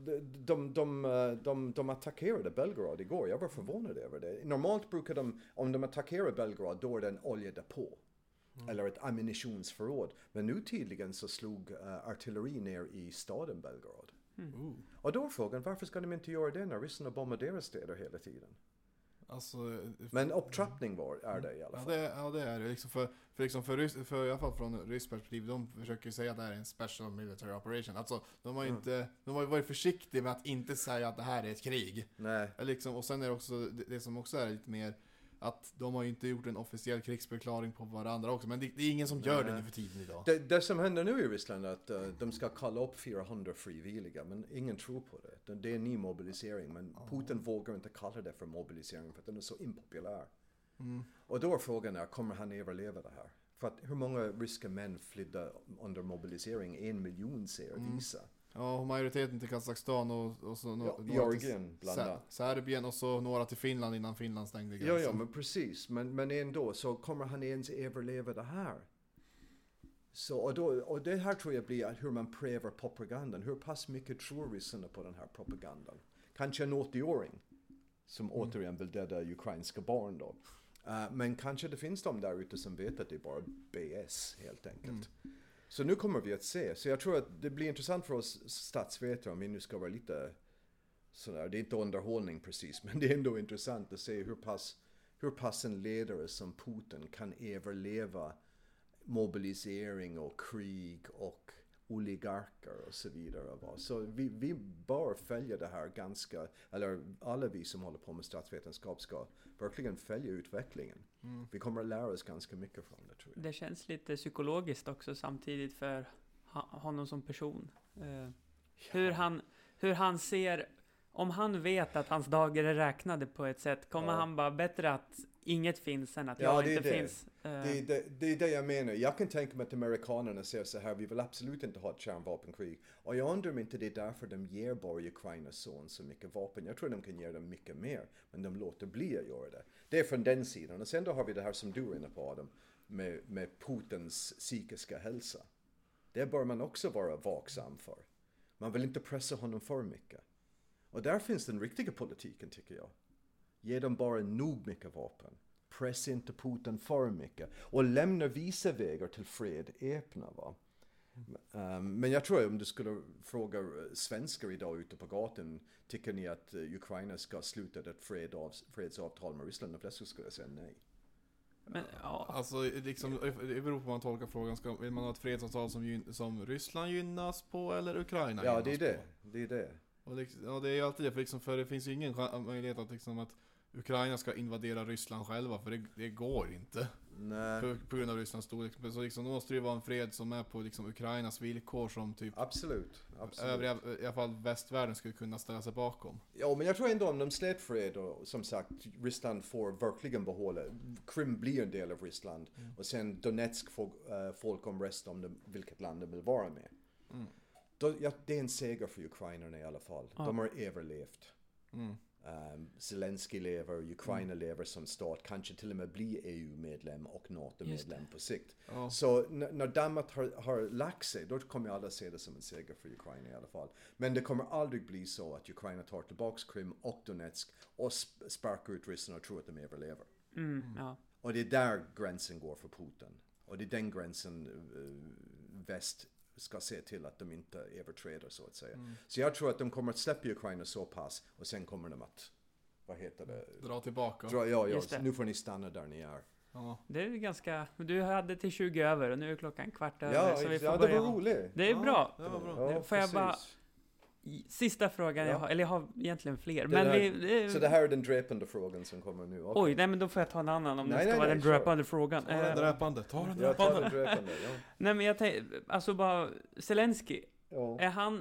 de attackerade Belgrad igår. Jag var förvånad över det. Normalt brukar de, om de attackerar Belgrad, då är det en oljedepå. Eller ett ammunitionsförråd. Men nu tydligen så slog artilleri ner i staden Belgrad. Och då är frågan, varför ska de inte göra det när ryssarna bombarderar städer hela tiden? Alltså, men upptrappning är det i alla fall. Ja, det är det. Liksom för i alla fall från ryskt perspektiv, de försöker säga att det här är en special military operation. Alltså, de har ju varit försiktiga med att inte säga att det här är ett krig. Nej. Liksom, och sen är det också det som också är lite mer att de har ju inte gjort en officiell krigsförklaring på varandra också. Men det är ingen som gör det nu för tiden idag. Det som händer nu i Ryssland är att de ska kalla upp 400 frivilliga, men ingen tror på det. Det är en ny mobilisering, men Putin vågar inte kalla det för mobilisering för att den är så impopulär. Och då är frågan, kommer han överleva det här? För att hur många ryska män flydde under mobilisering? 1 miljon säger visa. Ja, majoriteten till Kazakstan och så Georgien bland annat. Serbien och så några till Finland innan Finland stängde gränsen. Ja, men precis. Men ändå så kommer han ens överleva det här. Så, och det här tror jag blir hur man prövar propagandan. Hur pass mycket tror ryssarna på den här propagandan? Kanske en 80-åring som återigen vill döda ukrainska barn då. Men kanske det finns de där ute som vet att det är bara BS helt enkelt. Så nu kommer vi att se. Så jag tror att det blir intressant för oss statsvetare, om vi nu ska vara lite sådär. Det är inte underhållning precis, men det är ändå intressant att se hur pass en ledare som Putin kan överleva mobilisering och krig och oligarker och så vidare. Så vi bör följa det här eller alla vi som håller på med statsvetenskap ska verkligen följa utvecklingen. Vi kommer att lära oss ganska mycket från det, tror jag. Det känns lite psykologiskt också samtidigt för honom som person. Hur han ser, om han vet att hans dagar är räknade på ett sätt, kommer han bara bättre att inget finns än att jag inte finns. Det är det jag menar. Jag kan tänka mig att amerikanerna säger så här, vi vill absolut inte ha ett kärnvapenkrig. Och jag undrar om inte det är därför de ger bara Ukraina så mycket vapen. Jag tror de kan ge dem mycket mer, men de låter bli att göra det. Det är från den sidan. Och sen då har vi det här som du är inne på, Adam, med Putins psykiska hälsa. Det bör man också vara vaksam för. Man vill inte pressa honom för mycket. Och där finns den riktiga politiken, tycker jag. Ge dem bara nog mycket vapen. Pressa inte Putin för mycket. Och lämna vissa vägar till fred öppna, va? Men jag tror om du skulle fråga svenskar idag ute på gatan, tycker ni att Ukraina ska sluta ett fredsavtal med Ryssland? De flesta skulle säga nej. Men, ja. Alltså liksom, det beror på hur man tolkar frågan. Vill man ha ett fredsavtal som Ryssland gynnas på eller Ukraina gynnas på? Det är det. Och det är alltid det, för det finns ju ingen möjlighet att Ukraina ska invadera Ryssland själva, för det går inte. Nej. På grund av Rysslands storlek. Så då måste det vara en fred som är på Ukrainas villkor som typ Absolut. övriga, i alla fall västvärlden, skulle kunna ställa sig bakom. Ja, men jag tror ändå om de slätt fred och som sagt Ryssland får verkligen behålla, Krim blir en del av Ryssland och sen Donetsk får folkomrösta om vilket land de vill vara med. Det är en seger för ukrainerna i alla fall. De har överlevt. Zelensky lever, Ukraina lever som stat, kanske till och med bli EU-medlem och NATO-medlem på sikt. Så när dammet har lagt sig, då kommer alla se det som en seger för Ukraina i alla fall. Men det kommer aldrig bli så att Ukraina tar tillbaks Krim och Donetsk och sparkar ut ryssarna och tror att de överlever. Och det är där gränsen går för Putin. Och det är den gränsen väst ska se till att de inte överträder, så att säga. Så jag tror att de kommer att släppa Ukraina så pass, och sen kommer de att, dra tillbaka. Nu får ni stanna där ni är. Ja. Det är ganska... Du hade till 20 över och nu är klockan 15:15. Ja, så vi får det börja. var roligt. Det är bra. Det var bra. Ja, Får jag bara... Sista frågan jag har, eller jag har egentligen fler. Men så det här är den dräpande frågan som kommer nu. Okay. Oj, nej men då får jag ta en annan om det ska vara den dräpande frågan. Ta den dräpande. Jag tar den dräpande, Nej men jag tänkte, alltså bara Zelensky. Är han...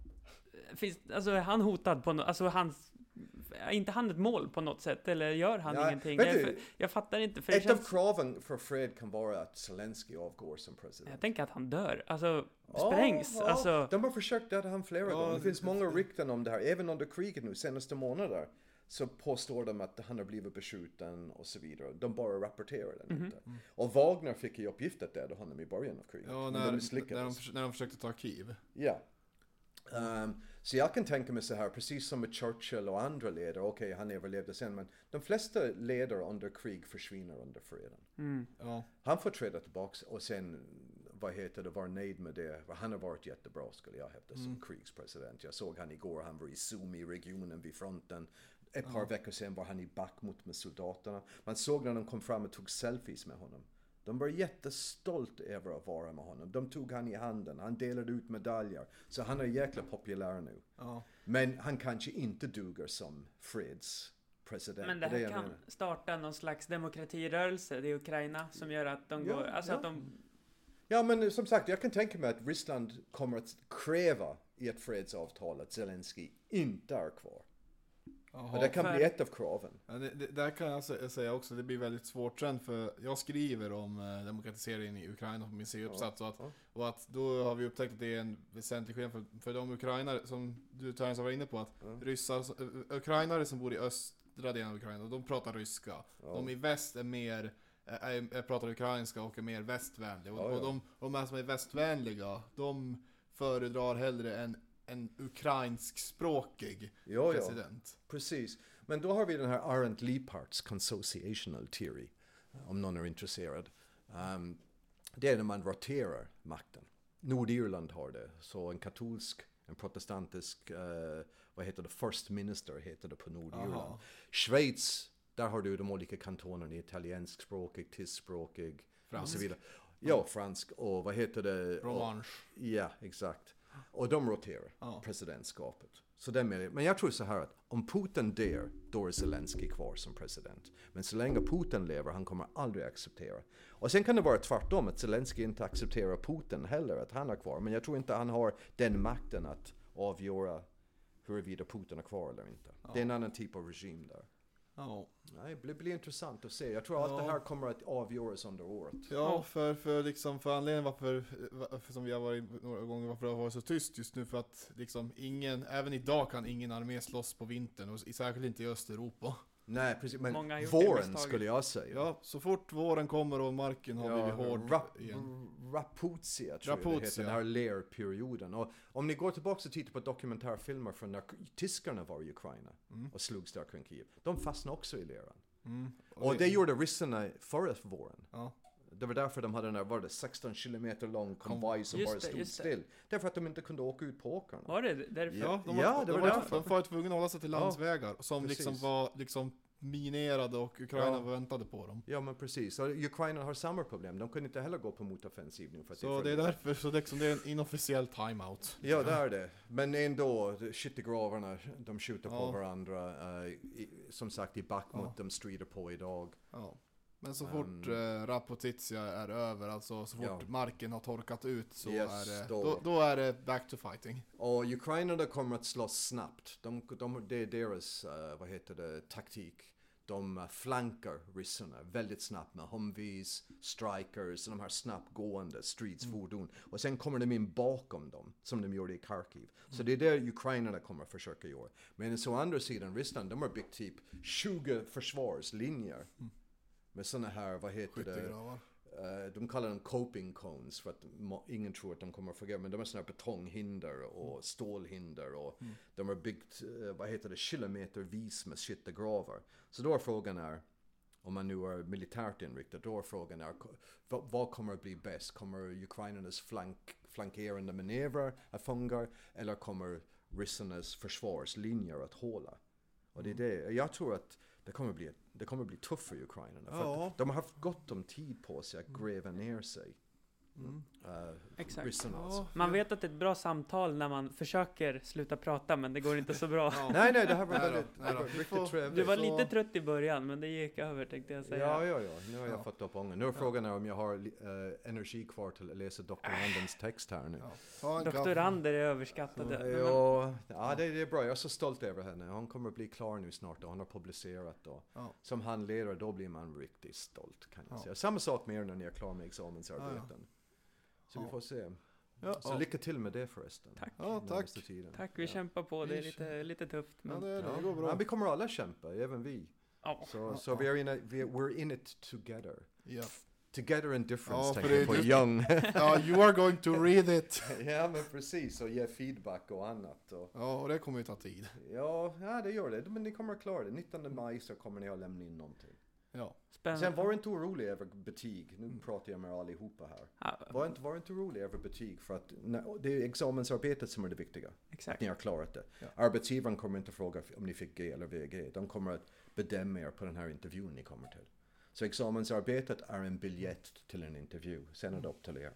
är han hotad på något... Alltså är inte han ett mål på något sätt? Eller gör han ingenting? Jag fattar inte. För ett av kraven för fred kan vara att Zelensky avgår som president. Jag tänker att han dör. Alltså, sprängs. Alltså... De har försökt döda han flera gånger. Det finns många rykten om det här. Även under kriget nu, senaste månader, så påstår de att han har blivit beskjuten och så vidare. De bara rapporterar den inte. Och Wagner fick ju uppgift att döda honom i början av kriget. Ja, när de försökte ta Kiev. Ja. Så jag kan tänka mig så här, precis som med Churchill och andra ledare, han överlevde sen, men de flesta ledare under krig försvinner under freden. Ja. Han får träda tillbaka och sen, var nöjd med det. Han har varit jättebra, skulle jag hävda, som krigspresident. Jag såg han igår, han var i Sumy-regionen vid fronten. Ett par veckor sen var han i Bakhmut med soldaterna. Man såg när de kom fram och tog selfies med honom. De var jättestolt över att vara med honom. De tog han i handen. Han delade ut medaljer. Så han är jäkla populär nu. Ja. Men han kanske inte duger som fredspresident. Men det här kan starta någon slags demokratirörelse i Ukraina som gör att de går... Alltså att de... Ja, men som sagt, jag kan tänka mig att Ryssland kommer att kräva i ett fredsavtal att Zelensky inte är kvar. Aha, och det kan bli ett av kraven. Ja, där kan jag säga också, det blir väldigt svårt sen, för jag skriver om demokratiseringen i Ukraina på min C-uppsats, och att då har vi upptäckt att det är en väsentlig skillnad för de ukrainare som du Terrence var inne på, att ukrainare som bor i östra delen av Ukraina, de pratar ryska. De i väst är mer pratar ukrainska och är mer västvänliga. Och de här som är västvänliga, de föredrar hellre en ukrainskspråkig president. Precis. Men då har vi den här Arendt Leiparts consociational theory, om någon är intresserad. Det är när man roterar makten. Nordirland har det. Så en protestantisk, first minister heter det på Nordirland. Aha. Schweiz, där har du de olika kantonerna, italienskspråkig, tyskspråkig och så vidare. Ja, fransk och Romanche. Ja, exakt. Och de roterar presidentskapet. Så det är med. Men jag tror så här att om Putin dör, då är Zelensky kvar som president. Men så länge Putin lever, han kommer aldrig acceptera. Och sen kan det vara tvärtom, att Zelensky inte accepterar Putin heller, att han är kvar. Men jag tror inte han har den makten att avgöra huruvida Putin är kvar eller inte. Det är en annan typ av regim där. Ja. Nej, det blir intressant att se. Jag tror att det här kommer att avgöras under året. Ja, för anledningen varför som vi har varit några gånger, varför det har varit så tyst just nu, för att liksom även idag kan ingen armé slåss på vintern, och särskilt inte i Östeuropa. Nej, precis. Men våren skulle jag säga. Ja, så fort våren kommer och marken har blivit hård igen. Raputia tror jag det heter, den här lerperioden. Och om ni går tillbaka och tittar på dokumentärfilmer från när tyskarna var i Ukraina och slogs där kring Kiev. De fastnade också i leran. Och det gjorde ryssarna förra våren. Ja. Det var därför de hade den där 16 kilometer lång konvoj som bara stod still. Därför att de inte kunde åka ut på åkarna. Var det därför? Ja, de var tvungna att hålla sig till landsvägar som liksom var minerade, och Ukraina väntade på dem. Ja, men precis. Och Ukraina har samma problem. De kunde inte heller gå på motoffensiv nu. För att så det är därför så det är en inofficiell timeout. Ja, det är det. Men ändå, skyttegravarna, de skjuter på varandra. Som sagt, i Bakhmut, de strider på idag. Ja. Men så fort Rapotitia är över, alltså så fort marken har torkat ut, så då är det back to fighting. Och ukrainarna kommer att slåss snabbt. Det är deras taktik. De flankar ryssarna väldigt snabbt med Humvees, Strikers och de här snabbt gående stridsfordon. Och sen kommer de in bakom dem, som de gjorde i Kharkiv. Så det är det ukrainarna kommer att försöka göra. Men så å andra sidan, Ryssland, de har byggt typ 20 försvarslinjer. Med såna här, de kallar dem coping cones, för att ingen tror att de kommer att fungera, men de är såna här betonghinder och stålhinder, och de har byggt kilometervis med skyttegravar. Så då är frågan är, om man nu är militärt inriktad, då är frågan vad kommer att bli bäst? Kommer ukrainarnas flankerande manövrar att fånga, eller kommer ryssarnas försvarslinjer att hålla? Och det är det. Jag tror att det kommer bli tufft för ukrainarna. För att de har haft gott om tid på sig att gräva ner sig. Exakt. Ryssarna alltså. Man vet att det är ett bra samtal när man försöker sluta prata, men det går inte så bra. Nej, det här var riktigt trevligt. Du var lite trött i början, men det gick över, tänkte jag säga. Ja. Nu har jag fått upp ången. Nu är frågan om jag har energi kvar till att läsa doktorandens text här nu. Doktorander är överskattade. Ja, det är bra. Jag är så stolt över henne. Hon kommer att bli klar nu snart och hon har publicerat då. Som handledare, då blir man riktigt stolt, kan jag säga. Samma sak med er när ni är klar med examensarbeten. Så vi får se. Så lycka till med det förresten. Tack. Tack, vi kämpar på. Det är lite tufft. Men det går bra. Ja, vi kommer alla kämpa, även vi. Så we're in it together. Yeah. Together in difference, tänker jag på Young. You are going to read it. Ja, men precis. Och ge feedback och annat. Och det kommer ju ta tid. Ja, det gör det. Men ni kommer att klara det. 19 maj så kommer ni att lämna in någonting. Ja. Spännande. Sen var inte orolig över betyg. Nu pratar jag med allihopa här. Var inte orolig över betyg, för att det är examensarbetet som är det viktiga. Exakt. Att ni har klarat det. Ja. Arbetsgivaren kommer inte fråga om ni fick G eller VG. De kommer att bedöma er på den här intervjun ni kommer till. Så examensarbetet är en biljett till en intervju. Sen är det upp till er.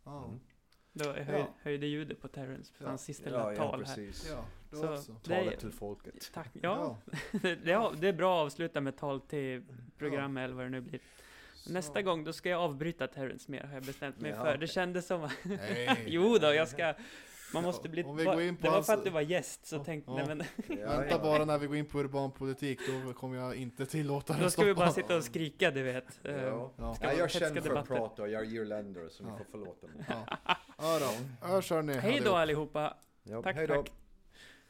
Då höjde ljudet på Terrence för hans sista tal precis. här. Ja, så talet till folket. Tack. Ja. Det är bra att avsluta med tal till program eller vad det nu blir. Nästa gång då ska jag avbryta Terrence mer, har jag bestämt mig för. Det kändes som jo då, jag ska. Man måste bli... Det var för att du var gäst, så tänkte jag. Vänta bara när vi går in på urban politik, då kommer jag inte tillåta det. Då ska vi bara sitta och skrika, du vet. Jag känner för att prata och jag är irländare, så ni får förlåta mig. Då, kör ni. Hej då allihopa. Tack.